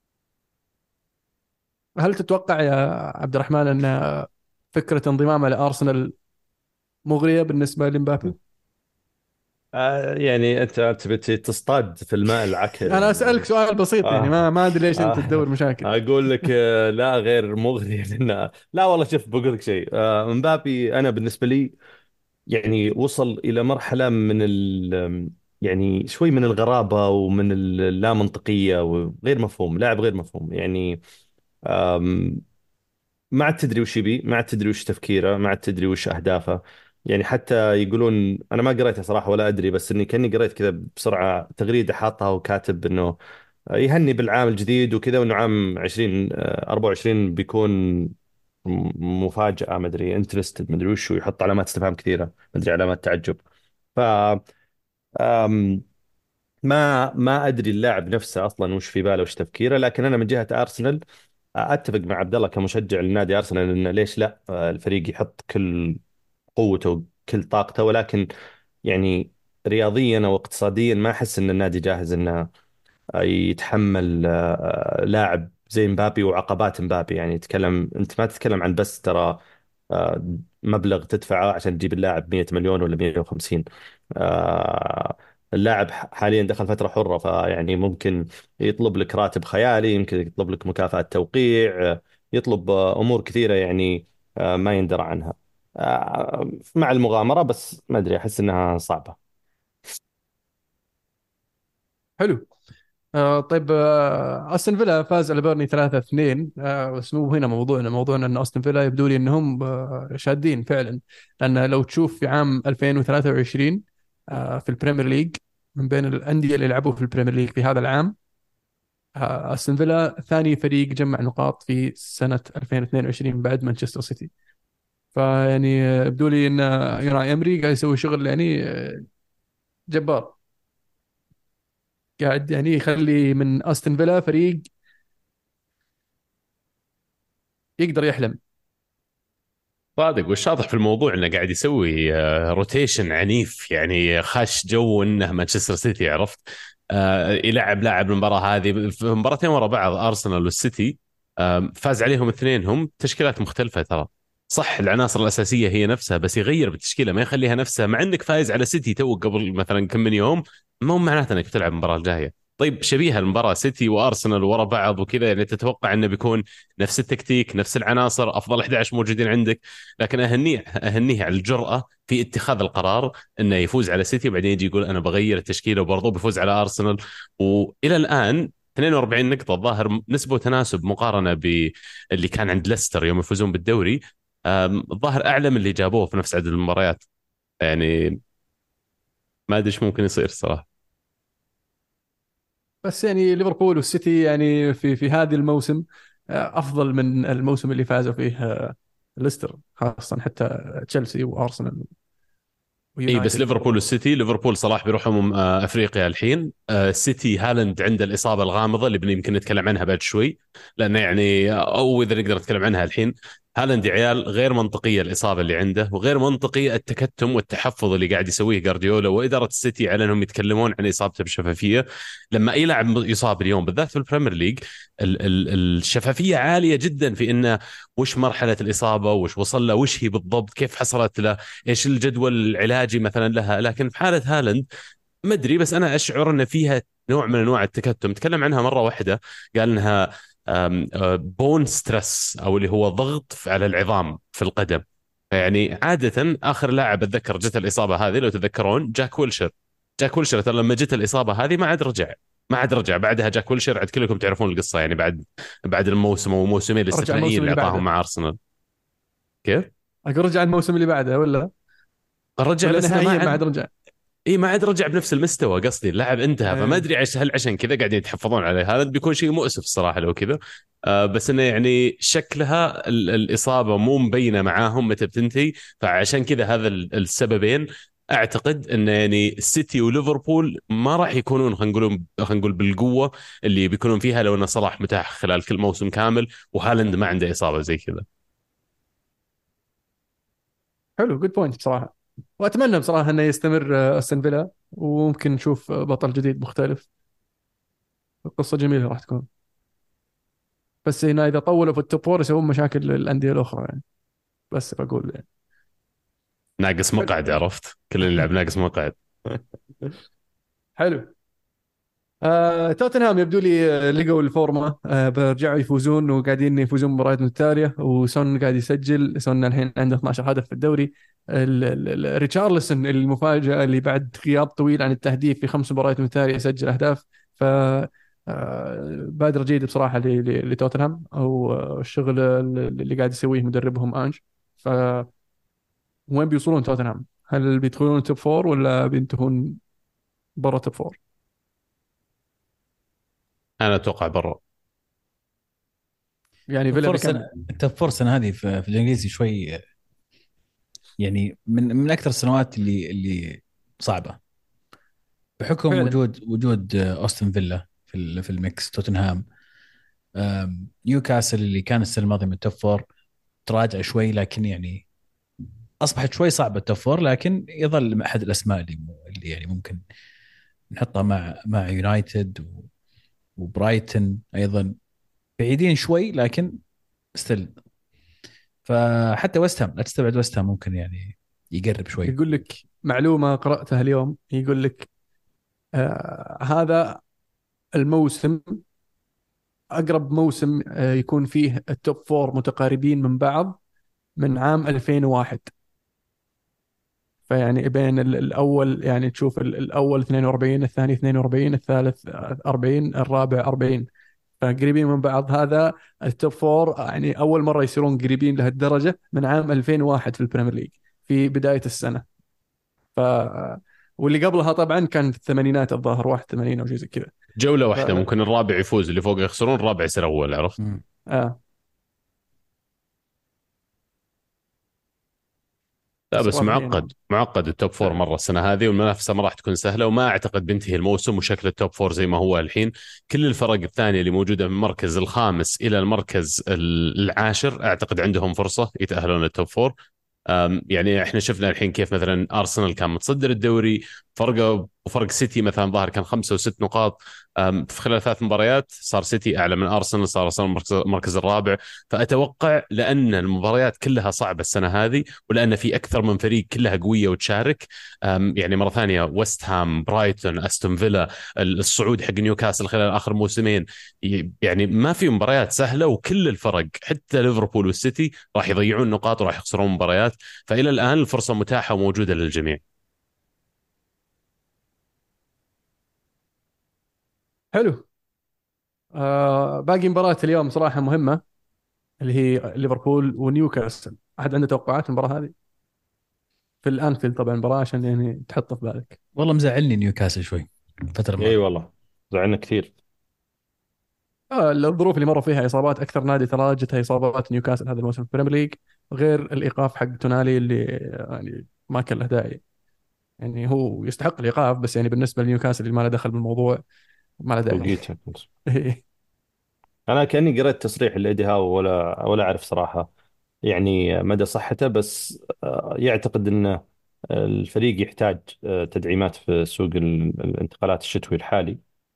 هل تتوقع يا عبد الرحمن ان فكره انضمامه لارسنال مغريه بالنسبه لمبابي؟ آه يعني انت تبي تصطاد في الماء العكر انا يعني. اسالك سؤال بسيط، يعني آه ما ما ادري ليش انت آه تدور مشاكل. اقول لك آه لا، غير مغري لان لا والله شوف بقول لك شيء. آه مبابي انا بالنسبه لي يعني وصل الى مرحله من ال يعني شوي من الغرابه ومن اللامنطقيه وغير مفهوم، لاعب غير مفهوم يعني. ما عاد تدري وش يبي، ما عاد تدري وش تفكيره، ما عاد تدري وش أهدافه. يعني حتى يقولون، أنا ما قريتها صراحة ولا أدري، بس إني كأني قريت كذا بسرعة تغريدة حاطها وكاتب إنه يهني بالعام الجديد وكذا، وإنه عام عشرين أربعة وعشرين بيكون م- مفاجأة، ما أدري انترستد، ما أدري وش، ويحط علامات استفهام كثيرة، ما أدري علامات تعجب. ف أم، ما ما أدري اللاعب نفسه أصلا وش في باله وش تفكيره. لكن أنا من جهة أرسنال اتفق مع عبد الله كمشجع لنادي ارسنال انه ليش لا، آه، الفريق يحط كل قوته وكل طاقته، ولكن يعني رياضيا او اقتصاديا ما احس ان النادي جاهز انه يتحمل آه، لاعب زي مبابي وعقبات مبابي. يعني تتكلم انت، ما تتكلم عن بس ترى آه، مبلغ تدفعه عشان تجيب اللاعب مية مليون ولا مية وخمسين. آه، اللاعب حاليا دخل فترة حرة، فيعني ممكن يطلب لك راتب خيالي، يمكن يطلب لك مكافأة توقيع، آه، يطلب آه، أمور كثيرة يعني آه، ما يندرى عنها. آه، مع المغامرة، بس ما أدري، أحس إنها صعبة. حلو. آه طيب، آه استون فيلا فاز على بيرني ثلاثة اثنين. آه بس مو هنا موضوعنا، موضوعنا ان استون فيلا يبدو لي انهم آه شادين فعلا. لان لو تشوف في عام ألفين وثلاثة وعشرين آه في البريمير ليج، من بين الانديه اللي لعبوا في البريمير ليج في هذا العام، آه استون فيلا ثاني فريق جمع نقاط في سنه ألفين واثنين وعشرين بعد مانشستر سيتي. فيعني آه، يبدو لي ان آه، يوناي امري قاعد يسوي شغل يعني آه، جبار. قاعد يعني يخلي من استون فيلا فريق يقدر يحلم. صادق، والشاطح في الموضوع انه قاعد يسوي آه، روتيشن عنيف، يعني خاش جو انه مانشستر سيتي، عرفت؟ آه، يلعب لاعب المباراه هذه في مباراتين ورا بعض، ارسنال والسيتي. آم، فاز عليهم اثنين، هم تشكيلات مختلفه ترى. صح العناصر الاساسيه هي نفسها، بس يغير بالتشكيله ما يخليها نفسها، مع انك فايز على سيتي تو قبل مثلا كم من يوم، ما هو معناته انك بتلعب المباراه الجايه. طيب شبيهه المباراه سيتي وارسنال ورا بعض وكذا، يعني تتوقع انه بيكون نفس التكتيك، نفس العناصر، افضل احد عشر موجودين عندك. لكن اهنيه اهنيه على الجرأة في اتخاذ القرار انه يفوز على سيتي، وبعدين يجي يقول انا بغير التشكيله وبرضه بيفوز على ارسنال. والى الان اثنين وأربعين نقطه، الظاهر نسبه وتناسب مقارنه باللي كان عند ليستر يوم يفوزون بالدوري. أم، الظاهر اعلى من اللي جابوه في نفس عدد المباريات. يعني ما ادري ايش ممكن يصير صراحه. بس يعني ليفربول والسيتي يعني في في هذه الموسم آه، افضل من الموسم اللي فازوا فيه آه، ليستر، خاصه حتى تشيلسي وارسنال اي بس ويونايتد. ليفربول والسيتي، ليفربول صلاح بيروح امم آه، افريقيا الحين. آه، السيتي هالاند عنده الاصابه الغامضه اللي بن- يمكن نتكلم عنها بعد شوي، لانه يعني او اذا نقدر نتكلم عنها الحين. هالاند يا عيال غير منطقيه الاصابه اللي عنده، وغير منطقي التكتم والتحفظ اللي قاعد يسويه جارديولا واداره السيتي على انهم يتكلمون عن اصابته بشفافيه. لما اي لاعب يصاب اليوم بالذات في البريمير ليج، ال- ال- الشفافيه عاليه جدا في انه وش مرحله الاصابه، وش وصل له، وش هي بالضبط، كيف حصلت له، ايش الجدول العلاجي مثلا لها. لكن في حاله هالاند ما ادري، بس انا اشعر ان فيها نوع من انواع التكتم. تكلم عنها مره واحده، قال انها بون ستريس، او اللي هو ضغط على العظام في القدم. يعني عاده اخر لاعب اتذكر جت الاصابه هذه لو تذكرون جاك ويلشر. جاك ويلشر ترى لما جت الاصابه هذه ما عاد رجع، ما عاد رجع بعدها. جاك ويلشر عاد كلكم تعرفون القصه يعني، بعد بعد الموسم او موسمين رجع الاستثنائيين الموسم اللي اللي اعطاهم بعده. مع ارسنال. كيف؟ اقول رجع الموسم اللي بعده ولا رجع ولا بس انه ما نهائيا ما عاد. عاد رجع؟ اي ما عاد رجع بنفس المستوى، قصدي اللاعب انتهى، فما آه. ادري عش هل عشان كذا قاعدين يتحفظون عليه. هذا بيكون شيء مؤسف الصراحه لو كذا. آه بس انه يعني شكلها ال- الاصابه مو مبينه معاهم متى بتنتهي، فعشان كذا هذا ال- السببين اعتقد ان يعني السيتي وليفربول ما راح يكونون خلينا نقول خلينا نقول بالقوه اللي بيكونون فيها لو ان صلاح متاح خلال كل موسم كامل وهالاند ما عنده اصابه زي كذا. حلو، جود بوينت بصراحه. واتمنى بصراحه انه يستمر آه، استون فيلا، وممكن نشوف آه، بطل جديد مختلف. قصه جميله راح تكون. بس هنا اذا طولوا في التوب فور يسوون مشاكل للانديه الاخرى يعني. بس بقول يعني. ناقص حلو. مقعد، عرفت؟ كل اللي يلعب ناقص مقعد. حلو. آه، توتنهام يبدو لي آه، لقوا الفورمه، آه، برجعوا يفوزون وقاعدين يفوزون مباريات متتاليه، وسون قاعد يسجل. سون الحين عنده اثنا عشر هدف في الدوري. ال- ال- ال- ريتشارلسون المفاجاه اللي بعد غياب طويل عن التهديف في خمس مباريات متتاليه يسجل اهداف. ف آه، بادرة جيدة بصراحة ل- ل- لتوتنهام، أو آه، الشغل اللي قاعد يسويه مدربهم أنج. ف وين بيوصلون توتنهام؟ هل بيدخلون توب فور ولا بينتهون برا توب فور؟ انا اتوقع برا. يعني فيلا فرصة بكم؟ التوب فرصة هذه في, في الانجليزي شوي، يعني من من اكثر السنوات اللي اللي صعبة، بحكم فعلا. وجود وجود اوستن فيلا في ال- في الميكس، توتنهام، آم، نيوكاسل اللي كان السنة الماضية من التوب فور تراجع شوي، لكن يعني اصبحت شوي صعبة التوب فور، لكن يظل احد الاسماء اللي اللي يعني ممكن نحطها مع مع يونايتد و- وبرايتن ايضا، بعيدين شوي لكن ستيل. فحتى ويست هام لا تستبعد، ويست هام ممكن يعني يقرب شوي. يقول لك معلومة قرأتها اليوم، يقول لك آه هذا الموسم أقرب موسم آه يكون فيه التوب فور متقاربين من بعض من عام ألفين وواحد. فيعني بين ال- الأول، يعني تشوف ال- الأول اثنين وأربعين، الثاني اثنين وأربعين، الثالث أربعين، الرابع أربعين. فقريبين من بعض. هذا التوب فور يعني أول مرة يصيرون قريبين لهالدرجة من عام ألفين وواحد في البريمير ليج في بداية السنة. ف واللي قبلها طبعا كان في الثمانينات الظاهر واحد وثمانين او شيء زي كذا. جوله ف... واحده ممكن الرابع يفوز، اللي فوق يخسرون، الرابع يصير اول، عرفت؟ مم. اه لا بس بس واضح هنا. معقد معقد التوب فور فعلا. مره السنه هذه، والمنافسه ما راح تكون سهله، وما اعتقد بينتهي الموسم وشكل التوب فور زي ما هو الحين. كل الفرق الثانيه اللي موجوده من المركز الخامس الى المركز العاشر اعتقد عندهم فرصه يتاهلون للتوب فور. أم، يعني احنا شفنا الحين كيف مثلا ارسنال كان متصدر الدوري، فرقه وفرق سيتي مثلا ظهر كان خمسه وست نقاط. أم، في خلال ثلاث مباريات صار سيتي اعلى من ارسنال، صار ارسنال المركز المركز الرابع. فاتوقع لان المباريات كلها صعبه السنه هذه، ولان في اكثر من فريق كلها قويه وتشارك. أم، يعني مره ثانيه ويست هام، برايتون، استون فيلا، الصعود حق نيوكاسل خلال اخر موسمين، ي- يعني ما في مباريات سهله، وكل الفرق حتى ليفربول والسيتي راح يضيعون نقاط وراح يخسرون مباريات. فإلى الآن الفرصة متاحة وموجودة للجميع. حلو. آه باقي مباراة اليوم صراحة مهمة، اللي هي ليفربول ونيوكاسل. أحد عنده توقعات المباراة هذه؟ في الأنفيلد طبعا المباراة، عشان يعني تحطه في بالك. والله مزعلني نيوكاسل شوي الفترة اي الماضية. والله زعلنا كثير. آه الظروف اللي مروا فيها إصابات، أكثر نادي ترى جتها إصابات نيوكاسل هذا الموسم في البريمير ليج، غير الإيقاف حق تونالي اللي يعني ما كان له داعي. يعني هو يستحق الإيقاف، بس يعني بالنسبة لنيوكاسل اللي ما له دخل بالموضوع ما له داعي. توقيتها كنت. انا كاني قرأت تصريح لايدي هاو، ولا ولا اعرف صراحة يعني مدى صحته، بس آه، يعتقد ان الفريق يحتاج آه، تدعيمات في سوق ال- الانتقالات الشتوي الحالي.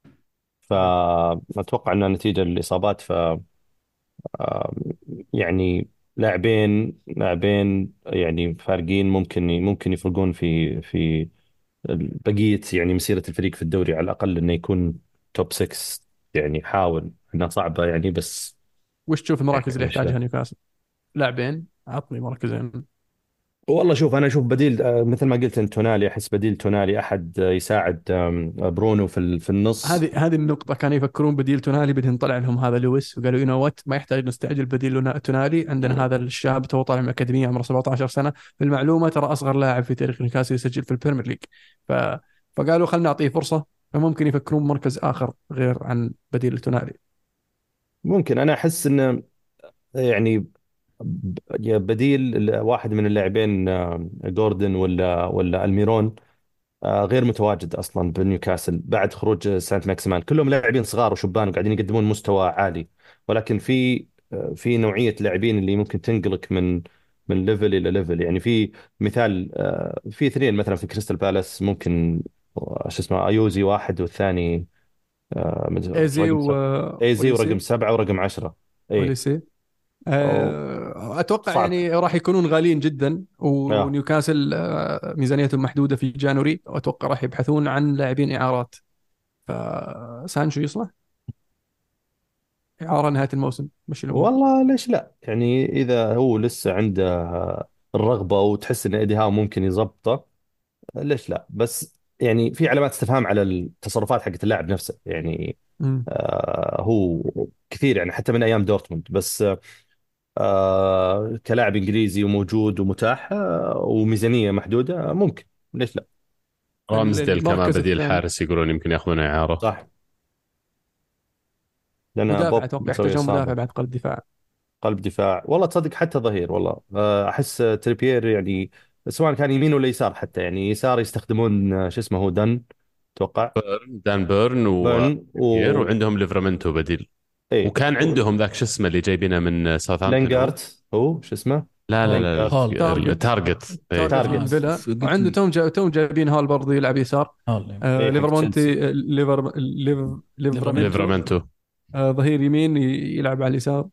فأتوقع أنها نتيجة للإصابات. ف آه، يعني لاعبين لاعبين يعني فارقين، ممكن ممكن يفرقون في في بقية يعني مسيرة الفريق في الدوري، على الأقل إنه يكون توب ستة. يعني حاول، إنها صعبة يعني، بس وش تشوف المراكز اللي يعني إيش يحتاجها له. نيوكاسل؟ لاعبين، عطني مركزين. والله شوف، انا اشوف بديل، آه، مثل ما قلت انت تونالي، احس بديل تونالي احد آه، يساعد آم، برونو في ال- في النص. هذه هذه النقطة، كانوا يفكرون بديل تونالي، بعدين طلع لهم هذا لويس وقالوا يو نو وات، ما يحتاج نستعجل بديل لنا- تونالي، عندنا هذا الشاب تو طالع من الأكاديمية عمره سبعة عشر سنة، في المعلومة ترى أصغر لاعب في تاريخ نيوكاسل يسجل في البريمير ليج. ف... فقالوا خلنا نعطيه فرصة، فممكن يفكرون بمركز آخر غير عن بديل تونالي. ممكن انا احس انه يعني ب- يا بديل ال- واحد من اللاعبين، آه، جوردن ولا ولا الميرون، آه، غير متواجد اصلا بنيوكاسل بعد خروج سانت ماكسيمان. كلهم لاعبين صغار وشبان وقاعدين يقدمون مستوى عالي، ولكن في آه، في نوعية لاعبين اللي ممكن تنقلك من من ليفل الى ليفل. يعني في مثال، آه، في اثنين مثلا في كريستال بالاس ممكن، آه، شو اسمه، ايوزي واحد والثاني آه، مد- ايزي رقم و... سبعة. ايزي ورقم وليسي سبعة ورقم عشرة. اي. وليسي أو آه، اتوقع صعب. يعني راح يكونون غاليين جدا، آه. ونيوكاسل آه، ميزانيتهم محدوده في جانوري، واتوقع راح يبحثون عن لاعبين اعارات. فسانشو يصلح اعاره نهايه الموسم، مش الامور. والله ليش لا؟ يعني اذا هو لسه عنده الرغبه وتحس ان ايدي هاو ممكن يضبطه، ليش لا؟ بس يعني في علامات استفهام على التصرفات حقت اللاعب نفسه يعني. مم. آه هو كثير يعني حتى من ايام دورتموند، بس آه كلاعب انجليزي وموجود ومتاح، آه وميزانيه محدوده، ممكن، ليش لا؟ ال- رامزديل كمان المركز بديل الثاني حارس يقولون يمكن ياخذونه اعاره. صح، لان مدافع، بوب اتوقع مسوي يحتاجون مدافع اصابه. بعد قلب دفاع. قلب دفاع، والله تصدق حتى ظهير، والله آه، احس تريبيير يعني سواء كان يمين ولا يسار، حتى يعني يسار يستخدمون آه، شو اسمه، هو دن اتوقع. دان بيرن بيرن و وبيير، وعندهم ليفرامنتو بديل. ايه وكان و... عندهم ذاك شو اسمه اللي جايبينه من ساوثهامبتون، هو لينجارت، هو شو اسمه، لا لا لا لينجارت. هول لا تارجت تارجت ايه. تارجت من آه، تارجت. فيلا، ف- قلت وعنده لي توم جا... توم جايبين هول برضه يلعب يسار. هول آه ايه حق ليفرمونتي تشيلسي. ليفر ليفر ليفرامنتو. ليفرامنتو ليفرامنتو. آه ظهير يمين ي- يلعب على اليسار.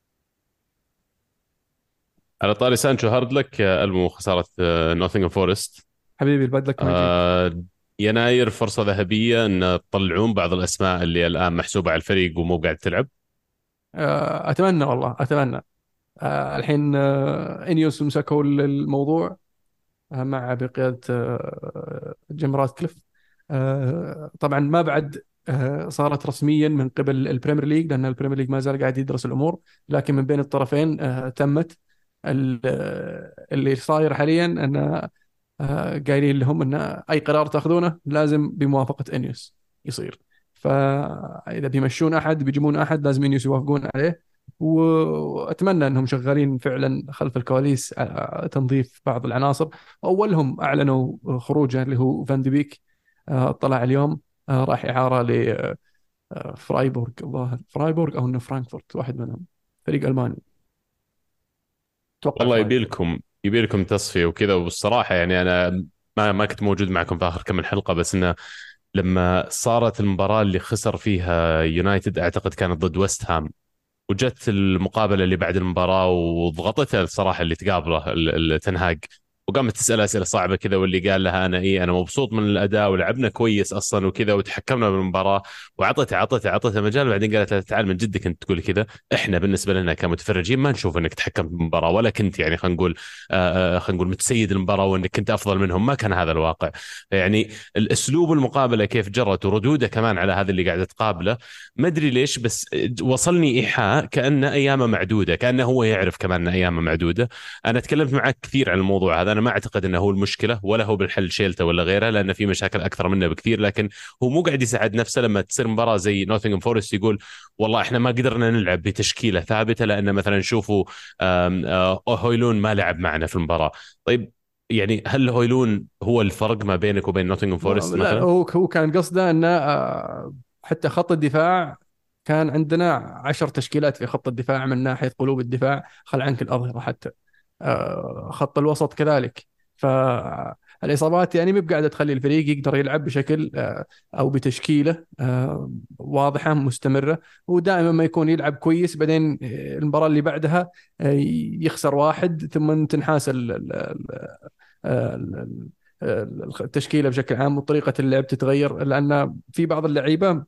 على طاري سانشو، هارد لك يا المو خساره نوتنغهام فورست. حبيبي البدلك ما يجيك. آه، يناير فرصه ذهبيه ان تطلعون بعض الاسماء اللي الان محسوبه على الفريق ومو قاعد تلعب. آه اتمنى والله اتمنى. آه الحين آه انيوس مسكوا الموضوع آه مع بقيادة آه جيم راتكليف. آه طبعا ما بعد آه صارت رسميا من قبل البريمير ليج، لان البريمير ليج ما زال قاعد يدرس الامور، لكن من بين الطرفين آه تمت. ال- آه، اللي صاير حاليا ان آه، قايلين لهم ان اي قرار تاخذونه لازم بموافقه انيوس يصير. فاذا بيمشون احد بيجيبون احد لازم انيوس يوافقون عليه. واتمنى انهم شغالين فعلا خلف الكواليس على تنظيف بعض العناصر. اولهم اعلنوا خروجه اللي هو فان دي بيك، آه، طلع اليوم، آه، راح اعاره لفرايبورغ، الظاهر فرايبورغ او انه فرانكفورت، واحد منهم، فريق الماني، اتوقع والله يبي فرايبورغ. لكم يبي لكم تصفيه وكذا. والصراحه يعني انا ما ما كنت موجود معكم في اخر كم من حلقه، بس انه لما صارت المباراه اللي خسر فيها يونايتد، اعتقد كانت ضد ويست هام، وجت المقابله اللي بعد المباراه وضغطتها الصراحه اللي تقابله ال- التنهاج، وقامت تسال اسئله صعبه كذا، واللي قال لها انا ايه انا مبسوط من الاداء ولعبنا كويس اصلا وكذا وتحكمنا بالمباراه، وعطت عطت عطتها مجال. وبعدين قالت لها تعال من جدك انت تقول كذا، احنا بالنسبه لنا كمتفرجين ما نشوف انك تحكمت بالمباراه ولا كنت يعني خلينا نقول آه، آه، خلينا نقول متسيد المباراه وانك كنت افضل منهم، ما كان هذا الواقع. يعني الاسلوب المقابله كيف جرت وردوده كمان على هذا اللي قاعد تقابله، ما ادري ليش بس وصلني ايحاء كأن ايامه معدوده، كانه هو يعرف كمان ان ايامه معدوده. انا تكلمت معك كثير عن الموضوع هذا، انا ما اعتقد انه هو المشكله ولا هو بالحل شيلته ولا غيره، لان في مشاكل اكثر منه بكثير. لكن هو مو قاعد يساعد نفسه لما تصير مباراه زي نوتنغهام فورست يقول والله احنا ما قدرنا نلعب بتشكيله ثابته لان مثلا شوفوا آم، آه، هويلون ما لعب معنا في المباراه. طيب يعني هل هويلون هو الفرق ما بينك وبين نوتنغهام ما- فورست لا، مثلا؟ هو هو كان قصده انه آه، حتى خط الدفاع كان عندنا عشر تشكيلات في خط الدفاع من ناحية قلوب الدفاع، خل عنك الأظهرة حتى. آه، خط الوسط كذلك. فالإصابات يعني مو بقاعدة تخلي الفريق يقدر يلعب بشكل آه، أو بتشكيلة آه، واضحة مستمرة. ودائما ما يكون يلعب كويس، بعدين آه، المباراة اللي بعدها آه، يخسر واحد، ثم تنحاس ال- ال- ال- ال- ال- التشكيله بشكل عام وطريقه اللعب تتغير، لان في بعض اللعيبه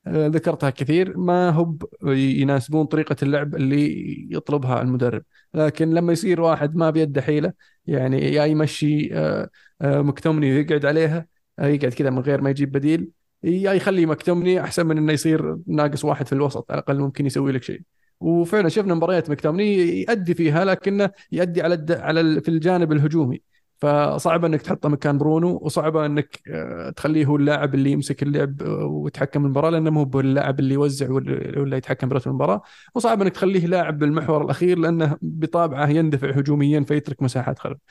آه، ذكرتها كثير، ما هو ب- يناسبون طريقة اللعب اللي يطلبها المدرب. لكن لما يصير واحد ما بيده حيلة، يعني يا يمشي آه، آه، مكتومني ويقعد عليها، آه، يقعد كذا من غير ما يجيب بديل، يا يخلي مكتومني أحسن من إنه يصير ناقص واحد في الوسط، على الأقل ممكن يسوي لك شيء. وفعلا شفنا مباريات مكتومني يؤدي فيها، لكنه يؤدي على الد... على ال... في الجانب الهجومي. فصعب انك تحطه مكان برونو، وصعب انك آه، تخليه هو اللاعب اللي يمسك اللعب آه، ويتحكم بالمباراه، لانه مو هو اللاعب اللي يوزع ولا ولا يتحكم برتم المباراه. وصعب انك تخليه لاعب بالمحور الاخير، لانه بطابعه يندفع هجوميا فيترك مساحات خلف.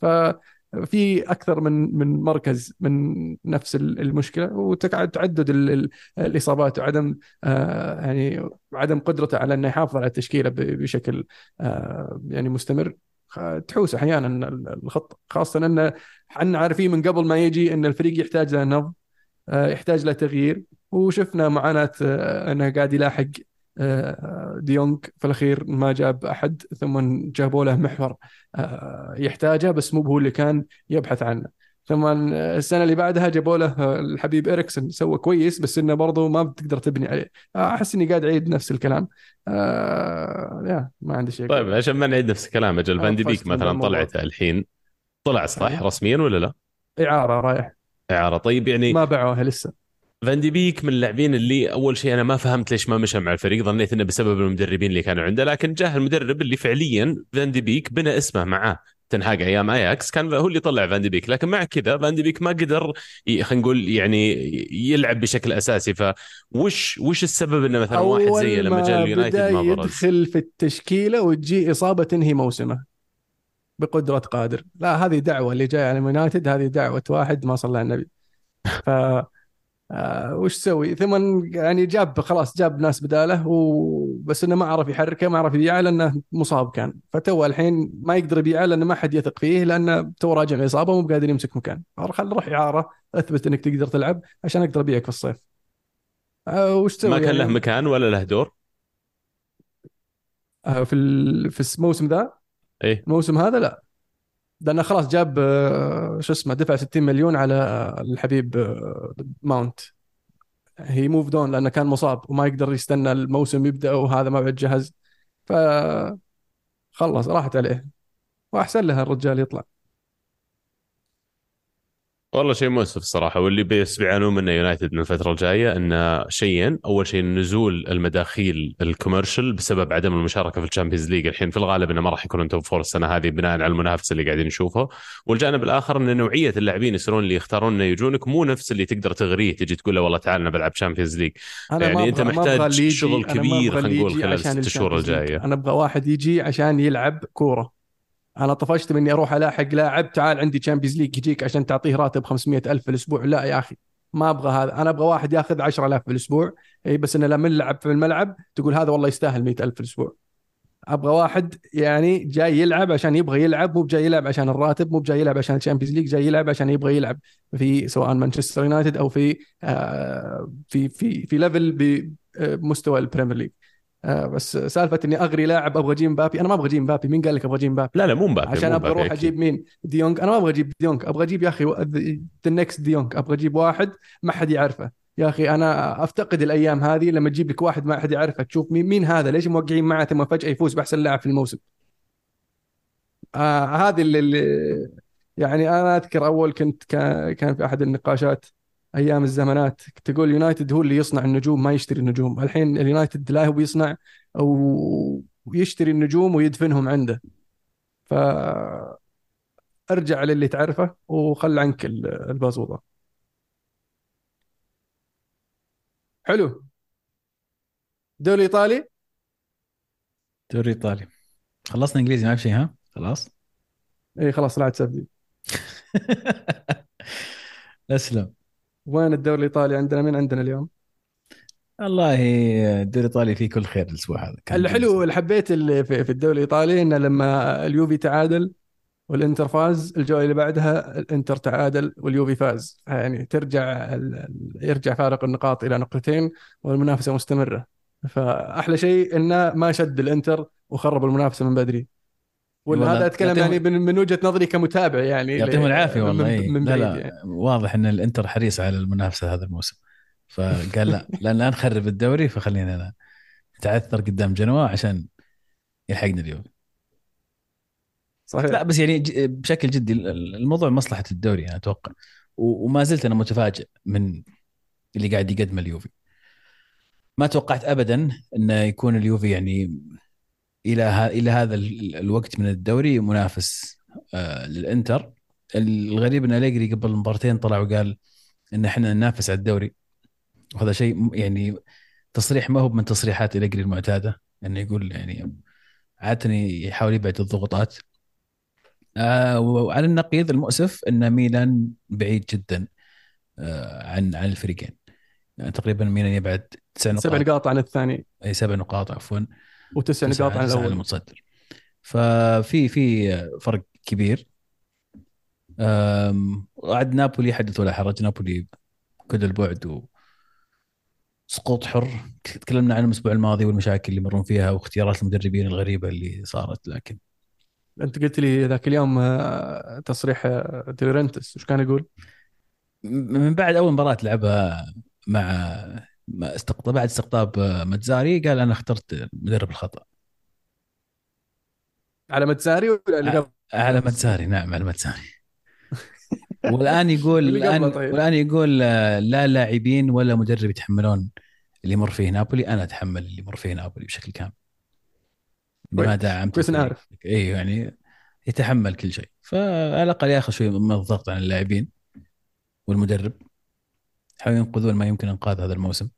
ففي اكثر من من مركز من نفس المشكله، وتعدد ال- ال- الاصابات، وعدم آه، يعني عدم قدرته على انه يحافظ على التشكيله ب- بشكل آه، يعني مستمر. تحوس احيانا الخط، خاصه ان احنا عارفين من قبل ما يجي ان الفريق يحتاج له نبض، آه، يحتاج له تغيير. وشفنا معاناه آه، انه قاعد يلاحق آه، ديونج في الاخير، ما جاب احد، ثم جابوا له محور آه، يحتاجه، بس مو هو اللي كان يبحث عنه. ثم السنه اللي بعدها جابوا له آه، الحبيب اريكسن، سوى كويس بس انه برضه ما بتقدر تبني عليه. آه، احس اني قاعد اعيد نفس الكلام. آه يا ما عندي شيء طيب اقول. عشان ما نعيد نفس الكلام، اجل انا فان دي بيك طفشت من ذا مثلا الموضوع. طلعت الحين، طلع صح ايوه، رسميا ولا لا؟ اعاره رايح، اعاره. طيب يعني ما باعوها لسه. فان دي بيك من اللاعبين اللي اول شيء انا ما فهمت ليش ما مشى مع الفريق، ظنيت انه بسبب المدربين اللي كانوا عنده، لكن جاه المدرب اللي فعليا فان دي بيك بنى اسمه معاه. تنهاج ايام اياكس كان هو اللي طلع فان دي بيك، لكن مع كذا فان دي بيك ما قدر ي- خلينا نقول يعني يلعب بشكل اساسي. فوش وش السبب انه مثلا واحد زيه اول لما جاء ما اليونايتد بدا ما برز؟ يدخل في التشكيله وتجي اصابه تنهي موسمه بقدره قادر، لا هذه دعوه اللي جاي على يونايتد، هذه دعوه واحد ما صلى على النبي. ف آه وش تسوي؟ ثم يعني جاب خلاص، جاب ناس بداله، وبس انه ما عرف يحركه، ما عرف يبيعه لانه مصاب كان. فتو الحين ما يقدر يبيعه لانه ما حد يثق فيه، لانه تو راجع من اصابه ومو قادر يمسك مكان. خل روح اعاره، اثبت انك تقدر تلعب عشان اقدر ابيعك في الصيف. آه وش ما تسوي كان له يعني؟ مكان ولا له دور. آه في ال- في الموسم ذا، ايه الموسم هذا لا، لانه خلاص جاب آه، شو اسمه، دفع ستين مليون على آه، الحبيب آه، ماونت. هي موف دون لانه كان مصاب وما يقدر يستنى الموسم يبدا، وهذا ما بعد جهز. فخلص راحت عليه، واحسن له الرجال يطلع. والله شيء مؤسف الصراحه، واللي بيس بيعانون منه يونايتد من الفتره الجايه ان شيئين. اول شيء نزول المداخيل الكوميرشال بسبب عدم المشاركه في الشامبيونز ليج، الحين في الغالب انه ما راح يكونون توب فور السنه هذه بناء على المنافسه اللي قاعدين نشوفها. والجانب الاخر ان نوعيه اللاعبين يصيرون اللي يختارون انه يجونك مو نفس اللي تقدر تغريه تجي تقول له والله تعال انا بلعب شامبيونز ليج. انا ما يعني انت ابغى ما ابغى محتاج اللي شغل يجي، انا ما كبير ابغى خلينا اللي نقول يجي خلال عشان الست شهور الشامبيونز ليج، الجايه. انا ابغى واحد يجي عشان يلعب كوره. انا طفشت من اني اروح الاحق لاعب، تعال عندي تشامبيونز ليج، يجيك عشان تعطيه راتب خمسمية الف في الاسبوع؟ لا يا اخي، ما ابغى هذا. انا ابغى واحد ياخذ عشرة آلاف في الاسبوع، اي بس انه لما نلعب في الملعب تقول هذا والله يستاهل مية ألف في الاسبوع. ابغى واحد يعني جاي يلعب عشان يبغى يلعب، مو جاي يلعب عشان الراتب، مو جاي يلعب عشان الشامبيونز ليج، جاي يلعب عشان يبغى يلعب في سواء مانشستر يونايتد او في آه في في في ليفل بمستوى البريمير ليج. آه بس سالفه اني اغري لاعب ابغى اجيب مبابي، انا ما ابغى اجيب مبابي. مين قال لك ابغى اجيب مبابي؟ لا لا مو مبابي، عشان مو ابغى مبابي اروح اجيب اكيد. مين؟ ديونج؟ انا ما ابغى اجيب ديونج، ابغى اجيب يا اخي ذا نكست ديونج. ابغى اجيب واحد ما حد يعرفه. يا اخي انا افتقد الايام هذه لما تجيب لك واحد ما حد يعرفه، تشوف مين مين هذا، ليش موقعين معه ثم فجاه يفوز باحسن لاعب في الموسم. آه هذه اللي, اللي يعني انا اذكر اول كنت كان, كان في احد النقاشات ايام الزمانات تقول اليونايتد هو اللي يصنع النجوم ما يشتري النجوم. الحين اليونايتد لا هو بيصنع او يشتري النجوم ويدفنهم عنده. فارجع للي تعرفه وخل عنك ال- البازوطه. حلو. دوري ايطالي. دوري ايطالي. خلصنا انجليزي ما في شيء، ها خلاص. اي خلاص لا عاد سبدي. اسلم. وين الدوري الايطالي عندنا؟ مين عندنا اليوم؟ والله الدوري الايطالي فيه كل خير الاسبوع هذا، كان الحلو جميل. اللي حبيت اللي في في الدوري الايطالي انه لما اليوفي تعادل والانتر فاز، الجولة اللي بعدها الانتر تعادل واليوفي فاز، يعني ترجع ال- يرجع فارق النقاط الى نقطتين والمنافسة مستمرة. فاحلى شيء انه ما شد الانتر وخرب المنافسة من بدري. اي ولا هذا والله اتكلم يعني يعطيهم من من وجهة نظري كمتابع، يعني يعطيهم ل- العافيه من والله. من إيه. من لا بعيد لا يعني. واضح ان الانتر حريص على المنافسه هذا الموسم. فقال لا لا لا نخرب الدوري، فخلينا أنا نتعثر قدام جنوا عشان يلحقنا اليوفي. لا صحيح. بس يعني ج- بشكل جدي الموضوع مصلحة الدوري أنا أتوقع. و- وما زلت أنا متفاجئ من اللي قاعد يقدمه اليوفي. ما توقعت أبدا أنه يكون اليوفي يعني إلى ه... إلى هذا ال- الوقت من الدوري منافس آه للإنتر. الغريب أن أليجري قبل مبارتين طلع وقال أن احنا ننافس على الدوري، وهذا شيء م- يعني تصريح ما هو من تصريحات أليجري المعتادة، أنه يقول يعني عادة يحاول يبعد الضغوطات. آه وعلى النقيض المؤسف أن ميلان بعيد جدا آه عن عن الفريقين. يعني تقريبا ميلان يبعد تسع سبع نقاط نقاط عن الثاني أي سبع نقاط عفوا. وتسع نقاط تسعة عن تسعة على الاول. المتصدر. ففي في فرق كبير. أم، عاد نابولي حدث ولا حرج، نابولي كل البعد وسقوط حر. تكلمنا عنه الاسبوع الماضي والمشاكل اللي مرون فيها واختيارات المدربين الغريبه اللي صارت، لكن انت قلت لي ذاك اليوم آه، تصريح آه، ديورنتس، ايش كان يقول؟ م- من بعد اول مباراه لعبها مع مع استقطاب بعد استقطاب متزاري، قال انا اخترت المدرب الخطا. على متزاري ولا اللي ع- على قبله؟ متزاري، نعم على متزاري. والان يقول اللي قبله الان طيب. والان يقول آه، لا لاعبين ولا مدرب يتحملون اللي يمر فيه نابولي، انا اتحمل اللي يمر فيه نابولي بشكل كامل. لما كويس دعمت كويس الفريق نعرف. اي يعني يتحمل كل شيء، فعلى الاقل ياخذ شوي من الضغط عن اللاعبين والمدرب، يحاولون ينقذون ما يمكن انقاذ هذا الموسم.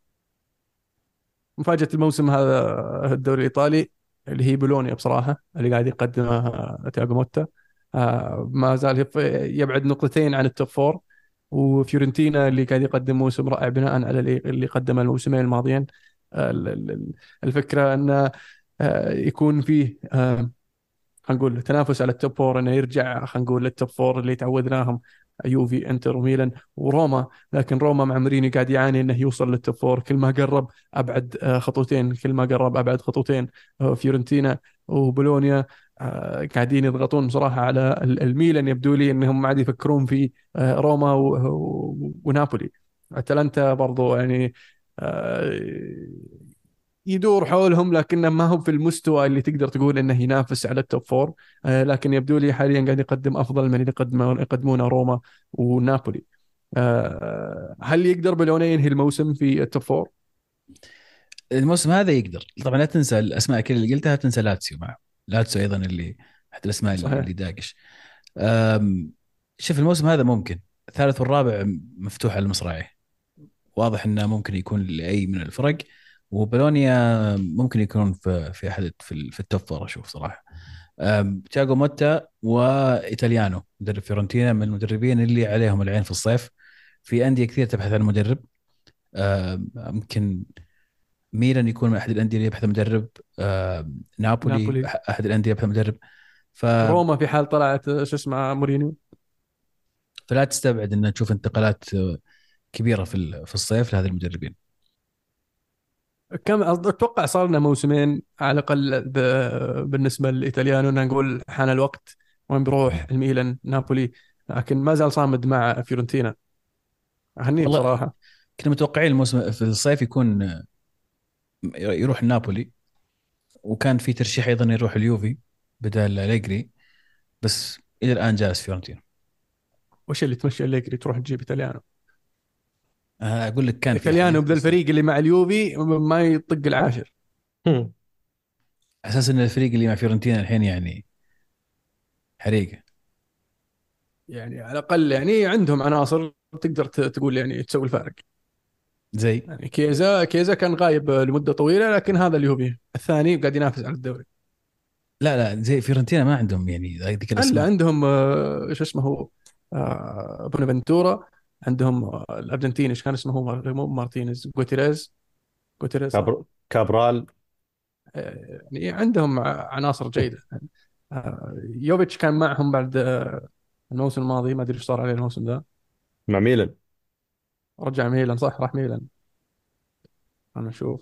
مفاجأة الموسم هذا الدوري الإيطالي اللي هي بولونيا بصراحة، اللي قاعد يقدمها تياغو موتا. آه، ما زال يف- يبعد نقطتين عن التوب فور. وفيورنتينا اللي قاعد يقدم موسم رائع بناء على اللي اللي قدمه الموسمين الماضيين. آه، ال- ال- الفكرة أن آه، يكون فيه آه، خلينا نقول تنافس على التوب فور، انه يرجع خلينا نقول للتوب فور اللي تعودناهم، يوفي انتر وميلان وروما. لكن روما مع مورينيو قاعد يعاني انه يوصل للتوب فور، كل ما قرب ابعد آه، خطوتين، كل ما قرب ابعد خطوتين. آه، فيورنتينا وبولونيا آه، قاعدين يضغطون بصراحة على ال- الميلان. يبدو لي انهم ما عاد يفكرون في آه، روما و- و- ونابولي. اتلانتا برضو يعني آه، يدور حولهم، لكنه ما هو في المستوى اللي تقدر تقول انه ينافس على التوب فور. آه، لكن يبدو لي حاليا قاعد يقدم افضل من اللي يقدمون يقدمونه روما ونابولي. آه، هل يقدر بلوني ينهي الموسم في التوب فور؟ الموسم هذا يقدر طبعا. لا تنسى الاسماء كل اللي قلتها، تنسى لاتسيو معه. لاتسيو ايضا اللي احد الاسماء صحيح. اللي داقش. أم، شوف الموسم هذا ممكن الثالث والرابع مفتوح على المصراعي، واضح انه ممكن يكون لاي من الفرق. وبولونيا ممكن يكون في في احد في, ال- في التوب فور اشوف صراحه. أم، تياغو موتا وايطاليانو مدرب فيورنتينا من المدربين اللي عليهم العين في الصيف. في انديه كثير تبحث عن مدرب. أم، يمكن ميلان يكون من احد الانديه اللي يبحث عن مدرب. أم، نابولي نابولي. أح- احد الانديه يبحث عن مدرب. ف... روما في حال طلعت آه، شو اسمه مورينيو. فلا تستبعد ان تشوف انتقالات كبيره في ال- في الصيف لهذه المدربين. كم اتوقع صار لنا موسمين على الاقل ب- بالنسبه للايطاليانو، ان نقول حان الوقت وين بيروح الميلان نابولي. لكن ما زال صامد مع فيورنتينا. اهنيه والله بصراحه. كنا متوقعين الموسم في الصيف يكون يروح نابولي، وكان في ترشيح ايضا يروح اليوفي بدل أليجري، بس الى الان جالس فيورنتينا. وش اللي تمشي أليجري تروح تجيب ايطاليانو؟ أنا اقول لك كان في ايطاليانو حديث بذا بس الفريق اللي مع اليوفي ما يطق العاشر. هم. اساس ان الفريق اللي مع فيورنتينا الحين يعني حريقه. يعني على الاقل يعني عندهم عناصر تقدر ت- تقول يعني تسوي الفارق. زي يعني كيزا كيزا كان غايب لمده طويله، لكن هذا اليوفي الثاني قاعد ينافس على الدوري. لا لا زي فيورنتينا ما عندهم يعني ذيك هلا الاسماء. عندهم آه، شو اسمه هو آه، بونافنتورا. عندهم آه، الارجنتيني ايش كان اسمه هو مار- مو مارتينيز، جوتيريز. جوتيريز صح. كابر... كابرال. آه، يعني عندهم ع- عناصر جيده. آه، يوفيتش كان معهم بعد آه، الموسم الماضي، ما ادري ايش صار عليه الموسم ذا. مع ميلان. رجع ميلان صح، راح ميلان. انا اشوف.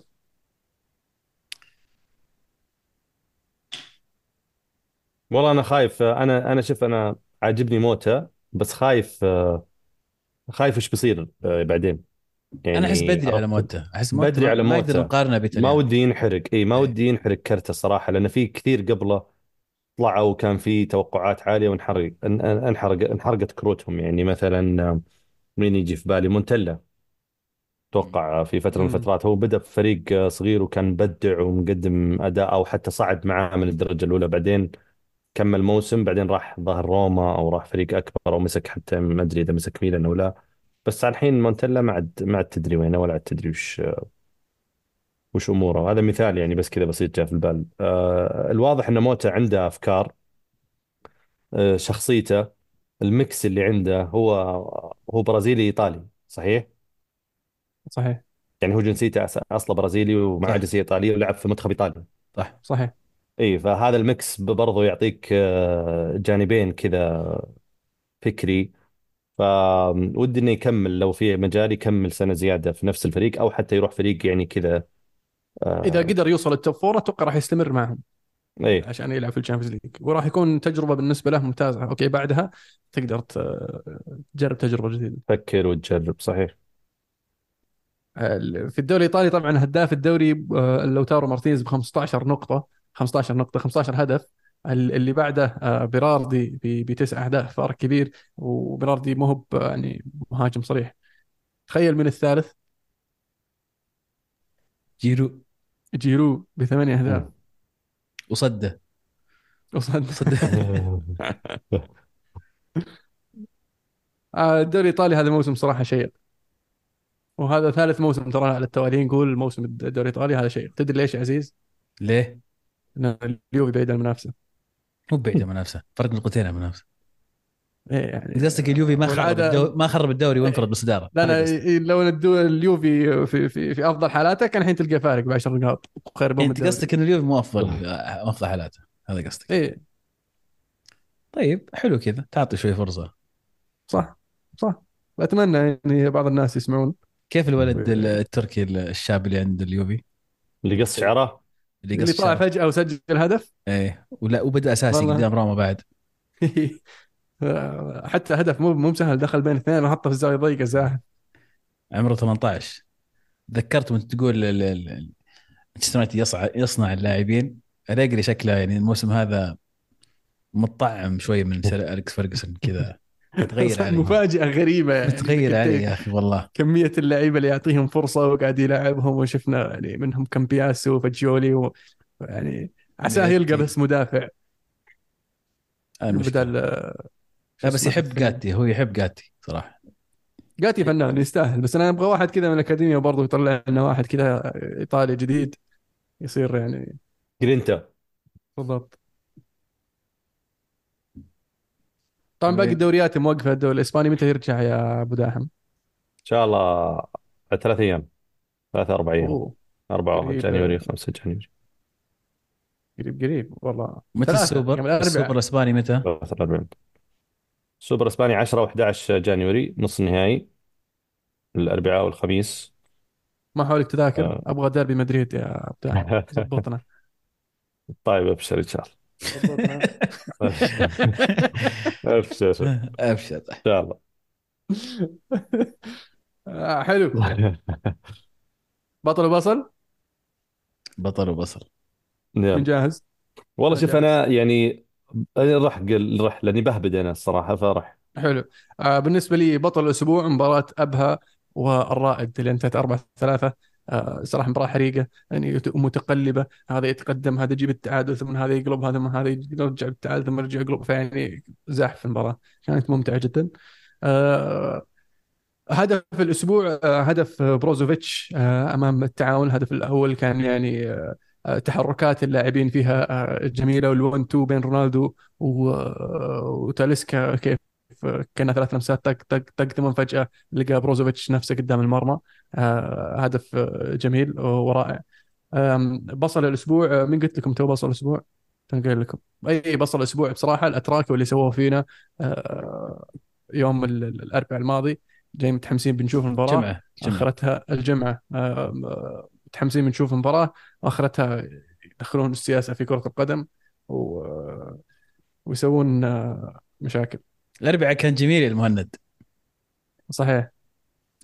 والله انا خايف، انا انا شوف، انا عاجبني موتا، بس خايف، خايف ايش بيصير آه، بعدين. انا احس يعني بدري على موته، احس موته بدري ما, على ما يقدر موته. نقارنه ما بإيطاليان. ودي ينحرق، اي ما إيه. ودي ينحرق كرته صراحة، لأن في كثير قبله طلعوا وكان في توقعات عالية وانحرق ان- ان- انحرق انحرقت كروتهم. يعني مثلا مين يجي في بالي؟ مونتلا. اتوقع في فترة من مم. الفترات هو بدأ في فريق صغير وكان مبدع ومقدم أداء، أو حتى صعد معاه من الدرجة الأولى، بعدين كمل موسم، بعدين راح ظهر روما أو راح فريق أكبر، أو مسك حتى ما أدري إذا مسك ميلان أو لا. بس على الحين مونتلا ما عاد ما عاد تدري وينه، ولا عاد تدري وش وش أموره. هذا مثال يعني بس كذا بسيط جاء في البال. آه الواضح أن موتا عنده أفكار. آه شخصيته، الميكس اللي عنده، هو هو برازيلي إيطالي صحيح؟ صحيح. يعني هو جنسيته أص- أصله برازيلي ومعاه صح جنسية إيطالية ولعب في منتخب إيطاليا. صح. صحيح. اي، فهذا الميكس برضو يعطيك آه، جانبين كذا فكري. فودي انه يكمل، لو في مجال يكمل سنة زيادة في نفس الفريق، او حتى يروح فريق يعني كذا. اذا آه، قدر يوصل التوب فور اتوقع راح يستمر معهم اي، عشان يلعب في الشامبيونز ليج، وراح يكون تجربه بالنسبه له ممتازه. اوكي بعدها تقدر ت- تجرب تجربه جديده. فكر وتجرب صحيح. في الدوري الايطالي طبعا هداف الدوري آه، لوتارو مارتينيز ب خمسة عشر نقطه، خمسة عشر نقطه، خمسة عشر هدف. ال- اللي بعده آه، بيراردي ب- بتسع اهداف، فارق كبير. وبيراردي مو هو ب- يعني مهاجم صريح. تخيل من الثالث؟ جيرو. جيرو بثمانية اهداف مم. وصده. وصد. صده. آه، الدوري الايطالي هذا موسم صراحه شيق، وهذا ثالث موسم ترى على التوالي نقول موسم الدوري الايطالي هذا شيق. تدري ليش يا عزيز؟ ليه؟ لأن اليوفي بعيد عن المنافسه. مو بعيد عن المنافسه، فرق نقطتين عن المنافسه. ايه انت يعني قصدك اليوفي ما خرب والعاده. الدوري، ما خرب الدوري وانفرد بالصداره، لا هذا لا، قصدك؟ لو ندو اليوفي في في في افضل حالاته كان الحين تلقى فارق ب عشر نقاط وخير بهم انت الدوري. قصدك ان اليوفي مو افضل آه، افضل حالاته، هذا قصدك؟ ايه طيب حلو كذا، تعطي شوي فرصه. صح. صح. اتمنى يعني بعض الناس يسمعون. كيف الولد ال- و- التركي الشاب اللي عند اليوفي، اللي قص شعره. اللي اللي قص طلع شعره؟ فجأة وسجل هدف. ايه، ولا وبدا اساسي والله. قدام روما بعد. حتى هدف مو مو سهل، دخل بين اثنين وحطه في الزاوية ضيقة زاهد. عمره ثمانية عشر. تذكرت وانت تقول ال- ال- مانشستر يونايتد يصنع يصنع اللاعبين. أليجري شكله يعني الموسم هذا متطعم شوي من سير اليكس فيرجسون كذا، متغير صح، عليه. مفاجأة غريبة يعني انك متغير عليه انت يا اخي والله. كمية اللعيبة اللي يعطيهم فرصة وقاعد يلعبهم، وشفنا يعني منهم كامبياسو وفاجيولي و يعني عساه يلقى ميليتي. بس مدافع المشكله. بدل آه، شو لا بس اسمه يحب الثاني. جاتي، هو يحب جاتي صراحه. جاتي فنان يستاهل، بس انا ابغى واحد كذا من الاكاديميه برضو يطلع لنا واحد كذا ايطالي جديد يصير يعني. جرينتا. بالضبط. طبعا باقي وين؟ الدوريات موقفه. الدوري الاسباني متى يرجع يا ابو داحم؟ ان شاء الله بعد ثلاث ايام، ثلاثة اربع ايام. اوه. أربعة قريب جانيوري، خمسة جانيوري. قريب قريب والله. متى ثلاثة السوبر يوم السوبر الاربعاء. الاسباني متى؟ ثلاثة وأربعين. السوبر الاسباني عشرة و11 جانيوري، نص النهائي الاربعاء والخميس. ما حولك تذاكر، آه. ابغى ديربي مدريد يا ابو داحم. زبطنا. طيب ابشر ان شاء زبطنا. الله. ابشر ان ابشر. شاء الله. آه حلو. بطل وبصل. بطل وبصل. من نعم. جاهز؟ والله انا شوف جاهز. انا يعني أنا راح قل راح لاني بهبد انا الصراحه، فراح. حلو. آه بالنسبة لي بطل الأسبوع مباراة أبها والرائد اللي انتهت أربعة ثلاثة. آه صراحة مباراة حريقة يعني يت- متقلبة. هذا يتقدم، هذا يجيب التعادل، ثم هذا يقلب، هذا من هذا يرجع بالتعادل ثم يرجع يقلب، فيعني زاحف في المباراة. كانت ممتعة جدا. آه هدف الأسبوع آه هدف بروزوفيتش آه أمام التعاون. الهدف الأول كان يعني آه آه، تحركات اللاعبين فيها آه، جميلة، والون تو بين رونالدو و- آه، وتاليسكا كيف كنا ثلاث لمسات طق طق طق، ثم فجأة لقى بروزوفيتش نفسه قدام المرمى. آه، هدف آه، جميل ورائع. آم، بصل الأسبوع آه، من قلت لكم تو بصل الأسبوع؟ تنقل لكم أي بصل الأسبوع بصراحة الأتراك واللي سووه فينا آه، يوم ال- ال- الأربعاء الماضي. جاي متحمسين بنشوف المباراة، جمعه جمعه. آخرتها الجمعة. آم، آه، متحمسين بنشوف المباراة، وآخرتها يدخلون السياسة في كرة القدم و... آه، ويسوون آه، مشاكل. الاربعاء كان جميل يا المهند. صحيح.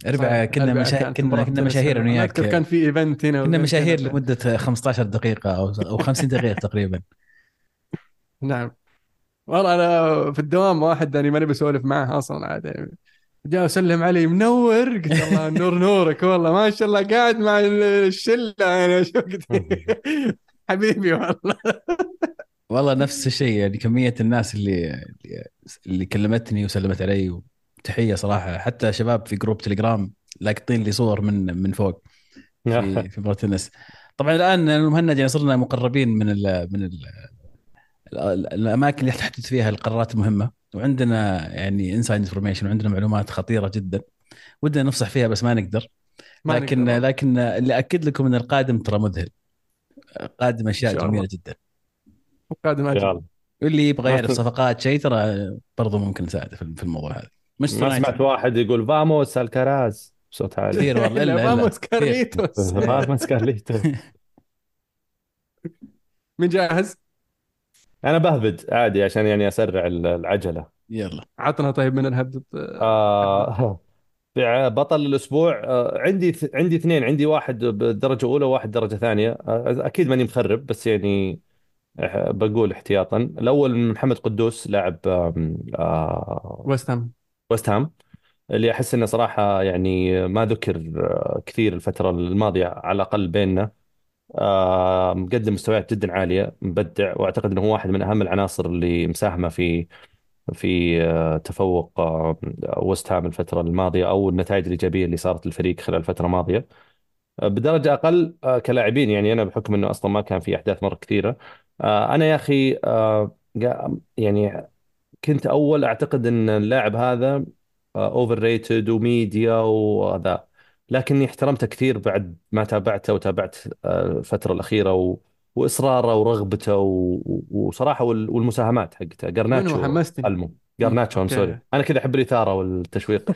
اربعه صحيح. كنا أربعة مشا... كانت كنا مباراة كنا تنس مشاهير حلوة. انا أنا أذكر كان وياك، في إيفنت هنا كنا وإيفنت هنا مشاهير ف... لمده خمسة عشر دقيقه او او خمسين دقيقه تقريبا. نعم. والله أنا في الدوام واحد أنا ماني بسولف معه أصلا عاد يعني. جاء وسلم علي منور، قلت الله نور نورك والله ما شاء الله قاعد مع الشلة أنا شو قلت حبيبي والله. والله نفس الشيء يعني، كميه الناس اللي اللي, اللي كلمتني وسلمت علي، وتحيه صراحه. حتى شباب في جروب تليجرام لاقطين لي صور من من فوق في في مباراة الناس. طبعا الان أنا ومهند يعني صرنا مقربين من ال من ال الاماكن اللي تحدث فيها القرارات المهمه، وعندنا يعني انسايد انفورميشن، وعندنا معلومات خطيره جدا ودنا نفصح فيها بس ما نقدر. ما لكن نقدر والله. لكن اللي اكد لكم ان القادم ترى مذهل، قادم إن اشياء شاء جميله الله جدا. قادم أجل. يلا. واللي يبغى ما يعرف س... صفقات شيء ترى برضو ممكن نساعده في في الموضوع هذا. مانشستر ما يونايتد سمعت واحد يقول فاموس الكراز بصوت عالي. كثير والله، لا الا الا فاموس كثير. كارليتوس. إيه. فاموس كارليتو. من جاهز؟ انا بهبد عادي عشان يعني اسرع العجله. يلا عطنا طيب من الهبد. آه في ع- بطل الاسبوع، آه عندي ث- عندي اثنين، عندي واحد بدرجه اولى وواحد درجه ثانيه. آه اكيد ماني مخرب بس يعني آه، بقول احتياطا. الاول من محمد قدوس لاعب آم، آه ويست هام. ويست هام، اللي احس انه صراحه يعني ما ذكر آه، كثير الفتره الماضيه على الاقل بيننا. آه مقدم مستويات جدا عاليه، مبدع، واعتقد انه هو واحد من اهم العناصر اللي مساهمه في في آه، تفوق آه، ويست هام الفترة الماضية، أو النتائج الإيجابية اللي صارت للفريق خلال الفترة الماضية. آه، بدرجة أقل آه، كلاعبين، يعني أنا بحكم أنه أصلا ما كان في أحداث مرة كثيرة. آه، أنا يا أخي آه، قا- يعني كنت أول أعتقد أن اللاعب هذا أوفر ريتد وميديا وهذا، لكني احترمته كثير بعد ما تابعته وتابعت آه، الفترة الأخيرة و... وإصراره ورغبته و... وصراحة وال... والمساهمات حقته. من هو جرناتشو حمستني؟ ألمو، امم جرناتشو، ام سوري، اوكي. أنا كذا أحب الإثارة والتشويق.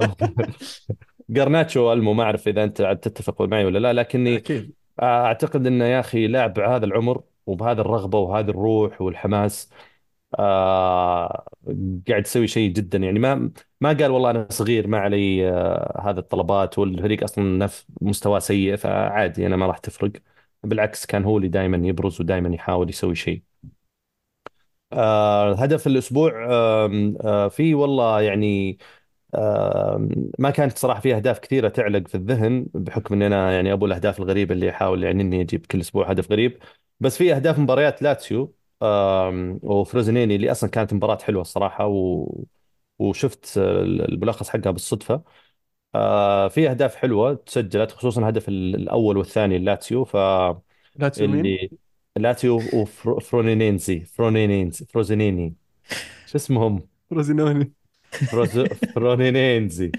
جرناتشو ألمو، ما أعرف إذا أنت عاد تتفق معي ولا لا، لكني اكيد. أعتقد أنه يا أخي لاعب بهذا العمر وبهذه الرغبة وهذه الروح والحماس آه قاعد يسوي شيء جدا، يعني ما ما قال والله انا صغير ما علي آه هذا الطلبات، والفريق اصلا نف مستواه سيء فعادي انا ما راح تفرق. بالعكس كان هو اللي دائما يبرز ودائما يحاول يسوي شيء. آه هدف الاسبوع آه آه في والله يعني آه ما كانت صراحه في اهداف كثيره تعلق في الذهن، بحكم ان انا يعني ابو الاهداف الغريبه اللي احاول يعني اني اجيب كل اسبوع هدف غريب. بس في اهداف مباريات لاتسيو آم، وفروزينيني اللي اصلا كانت مباراه حلوه الصراحه، و... وشفت الملخص حقها بالصدفه. آه، في اهداف حلوه تسجلت، خصوصا الهدف الاول والثاني لاتسيو. لاتسيو مين؟ فاللي لاتسيو وفرونينينزي فرونينينزي فروزينيني، شو اسمهم؟ روزينوني. فروز... فرونينينزي.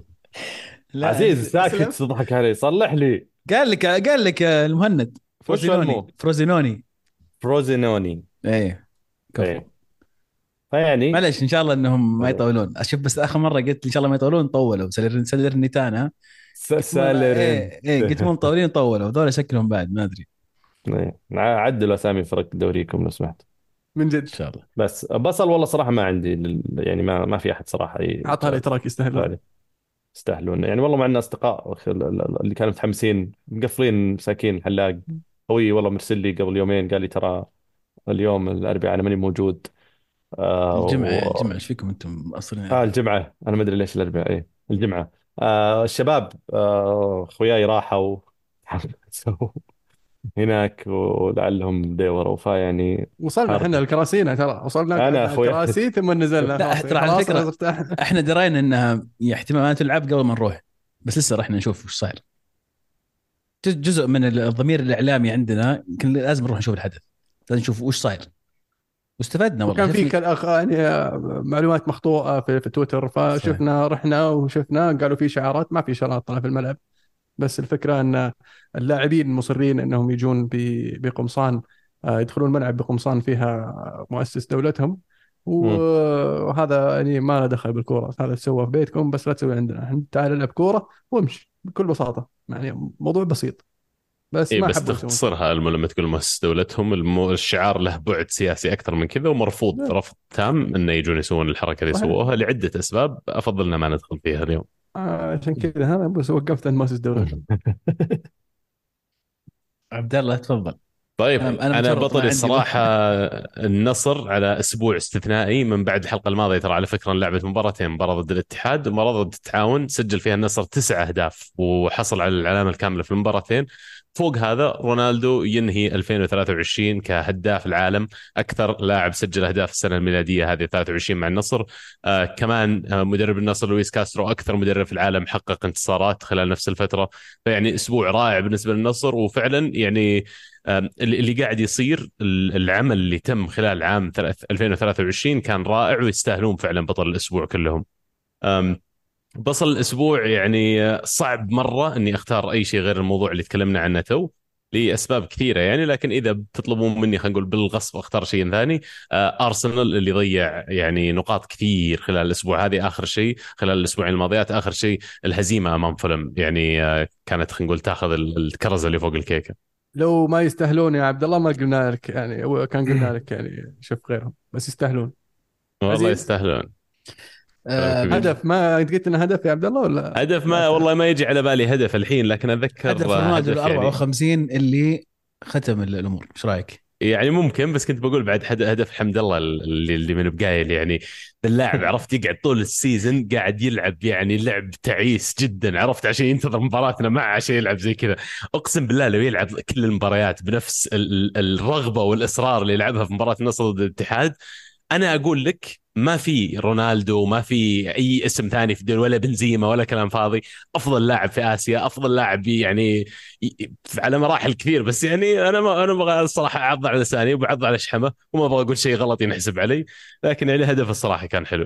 لا عزيز أنت- ساكت اسلم. تضحك علي، صلح لي. قال لك قال لك المهند وش فروزينوني المو؟ فروزينوني. فروزينوني. ايه كفو. ايه. فيعني معلش ان شاء الله انهم ما يطولون. اشوف بس اخر مره قلت ان شاء الله ما يطولون، طولوا. سلر سلرنيتانا س- قلت مو سالرنت. ايه ايه قلت مو مطولين، طولوا. ذول شكلهم بعد ما ادري. إيه. عدلوا اسامي فرق دوريكم لو سمحت. من ان جد. شاء الله. بس بصل والله صراحه ما عندي لل- يعني ما ما في احد صراحه عطها لي يجاوب تراك يستاهلون. عليه. يستاهلون يعني والله، مع ان اصدقاء أخ- اللي كانوا متحمسين مقفلين مساكين. حلاق خوي والله مرسل لي قبل يومين قال لي ترى اليوم الاربعاء انا ماني موجود. آه, الجمعه و... الجمعه ايش فيكم انتم مقصرين اه الاربعاء؟ الجمعه انا ما ادري ليش الاربعاء، ايه الجمعه. آه الشباب آه خوياي راحوا سووا هناك ولعلهم ديوروا فيعني وصلنا حرب. احنا الكراسينا ترى، وصلنا انا على اخويا الكراسي ثم نزلنا لا خلاص ترى على خلاص انا فكره ارتاح. احنا درينا انها احتمال ما تلعب قبل ما نروح، بس لسه رحنا نشوف وش صاير. جزء جزء من الضمير الاعلامي عندنا، يمكن لازم نروح نشوف الحدث، لازم نشوف وش صاير. واستفدنا والله، وكان في شفنا. كالأخ يعني معلومات مخطوطه في, في تويتر، صحيح. فشفنا رحنا وشفنا قالوا في شعارات، ما في شعارات طلع في الملعب. بس الفكره ان اللاعبين مصرين انهم يجون ب- بقمصان، آه، يدخلون الملعب بقمصان فيها مؤسس دولتهم. مم. وهذا يعني ما له دخل بالكوره، هذا تسوى في بيتكم بس لا تسوي عندنا. احنا تعال العب كوره وامشي بكل بساطه، يعني موضوع بسيط. بس اي ما بس حبوا يسوون كذا. تختصرها الم- لما تقول مؤسس دولتهم، الم- الشعار له بعد سياسي اكثر من كذا، ومرفوض لا، رفض تام انه يجون يسوون الحركه اللي صحيح. سووها لعده اسباب افضل ان ما ندخل فيها اليوم. آه، عشان كذا هذا بس وقفت عند مؤسس دوري. عبد الله تفضل. طيب انا انا انا متورط، ما بطل عندي الصراحه النصر على اسبوع استثنائي من بعد الحلقه الماضيه. ترى على فكره لعبت مباراتين، مباراه ضد الاتحاد ومباراه ضد التعاون، سجل فيها النصر تسع اهداف وحصل على العلامه الكامله في المباراتين. فوق هذا رونالدو ينهي ألفين وثلاثة وعشرين كهداف العالم، اكثر لاعب سجل اهداف السنه الميلاديه هذه ثلاثة وعشرين مع النصر. آه كمان آه مدرب النصر لويس كاسترو اكثر مدرب في العالم حقق انتصارات خلال نفس الفتره. فيعني اسبوع رائع بالنسبه للنصر. وفعلا يعني اللي قاعد يصير، العمل اللي تم خلال عام ألفين وثلاثة وعشرين كان رائع ويستاهلون فعلا بطل الأسبوع كلهم. بطل الأسبوع يعني صعب مرة أني أختار أي شيء غير الموضوع اللي تكلمنا عنه تو لأسباب كثيرة يعني، لكن إذا بتطلبون مني خلينا نقول بالغصب أختار شيء ثاني، أرسنال اللي ضيع يعني نقاط كثير خلال الأسبوع هذه. آخر شيء خلال الأسبوعين الماضيات، آخر شيء الهزيمة أمام فولم، يعني كانت خلينا نقول تاخذ الكرزة اللي فوق الكيكة. لو ما يستاهلون يا عبد الله ما قلنا لك يعني، كان قلنا لك يعني شوف غيرهم، بس يستاهلون والله عزيز. يستاهلون. آه هدف، ما انت قلت انه هدف يا عبد الله ولا هدف؟ ما والله ما يجي على بالي هدف الحين، لكن اتذكر هدف رونالدو ال يعني أربعة وخمسين اللي ختم الامور، ايش رايك؟ يعني ممكن، بس كنت بقول بعد هدف حمد الله اللي اللي من بقايل يعني. اللاعب عرفت يقعد طول السيزون قاعد يلعب يعني لعب تعيس جدا، عرفت، عشان ينتظر مباراتنا معه عشان يلعب زي كذا. اقسم بالله لو يلعب كل المباريات بنفس الرغبه والاصرار اللي يلعبها في مباراه النصر ضد الاتحاد، انا اقول لك ما في رونالدو، ما في اي اسم ثاني في الدوري، ولا بنزيما ولا كلام فاضي، افضل لاعب في اسيا، افضل لاعب يعني على مراحل كثير. بس يعني انا ما انا ابغى الصراحه اعض على لساني وبعض على شحمه، وما ابغى اقول شيء غلط ينحسب علي، لكن يعني هدف الصراحه كان حلو.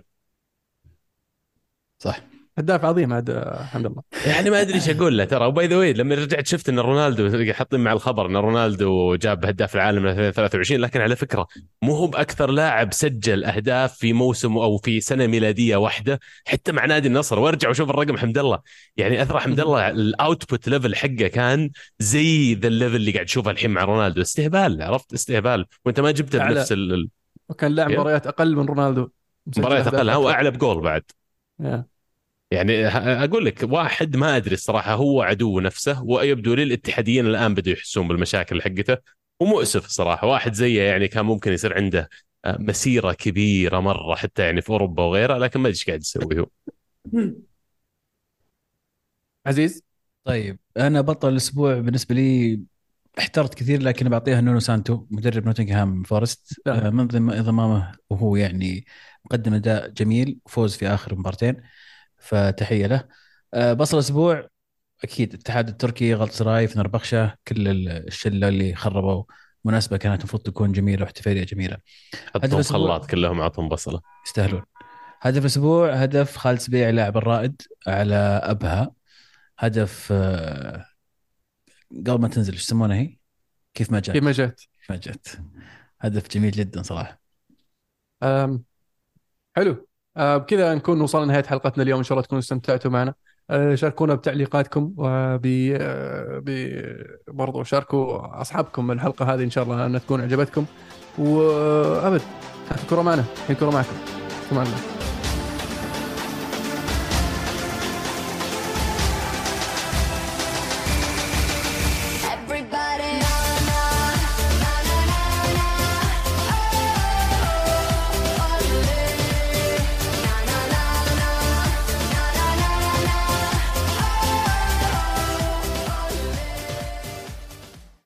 صح، هداف عظيم هذا الحمد لله. يعني ما ادري ايش اقول له ترى. وباي ذا واي لما رجعت شفت ان رونالدو حاطين مع الخبر ان رونالدو جاب هداف العالم ألفين وثلاثة وعشرين، لكن على فكره مو هو باكثر لاعب سجل اهداف في موسم او في سنه ميلاديه واحده حتى مع نادي النصر. وارجع وشوف الرقم حمد الله، يعني اثر حمد الله الاوتبوت ليفل حقه كان زي ذا الليفل اللي قاعد تشوفه الحين مع رونالدو. استهبال، عرفت، استهبال، وانت ما جبته بنفس ال... وكان لاعب مباريات اقل من رونالدو، مباريات اقل، هو اعلى بجول بعد. yeah. يعني اقول لك واحد ما ادري الصراحه، هو عدو نفسه، ويبدو لي الاتحاديين الان بدوا يحسون بالمشاكل حقته، ومؤسف الصراحه. واحد زيه يعني كان ممكن يصير عنده مسيره كبيره مره حتى يعني في اوروبا وغيرها، لكن ما ادري ايش قاعد يسوي هو. عزيز. طيب انا بطل الاسبوع بالنسبه لي احترت كثير، لكن بعطيها نونو سانتو مدرب نوتنغهام فورست. لا. من ضمن انضمامه وهو يعني مقدم اداء جميل، فوز في اخر مبارتين، فتحيه له. بصل الاسبوع اكيد الاتحاد التركي، غلط سراي، فنربخشة، كل الشله اللي خربوا مناسبه كانت المفروض تكون جميله واحتفاليه جميله. حطهم خلاط كلهم، عطهم بصله، يستاهلون. هدف الاسبوع هدف خالد سبيعي لاعب الرائد على ابها، هدف قبل ما تنزل ايش يسمونها هي، كيف ما جت كيف ما جت كيف ما جت هدف جميل جدا صراحه. أم حلو. أه بكذا نكون وصلنا لنهايه حلقتنا اليوم، ان شاء الله تكونوا استمتعتوا معنا. أه شاركونا بتعليقاتكم، وب أه برضو شاركوا اصحابكم الحلقه هذه ان شاء الله انها تكون عجبتكم. وابد الكره معنا، الكره معكم. مع الله.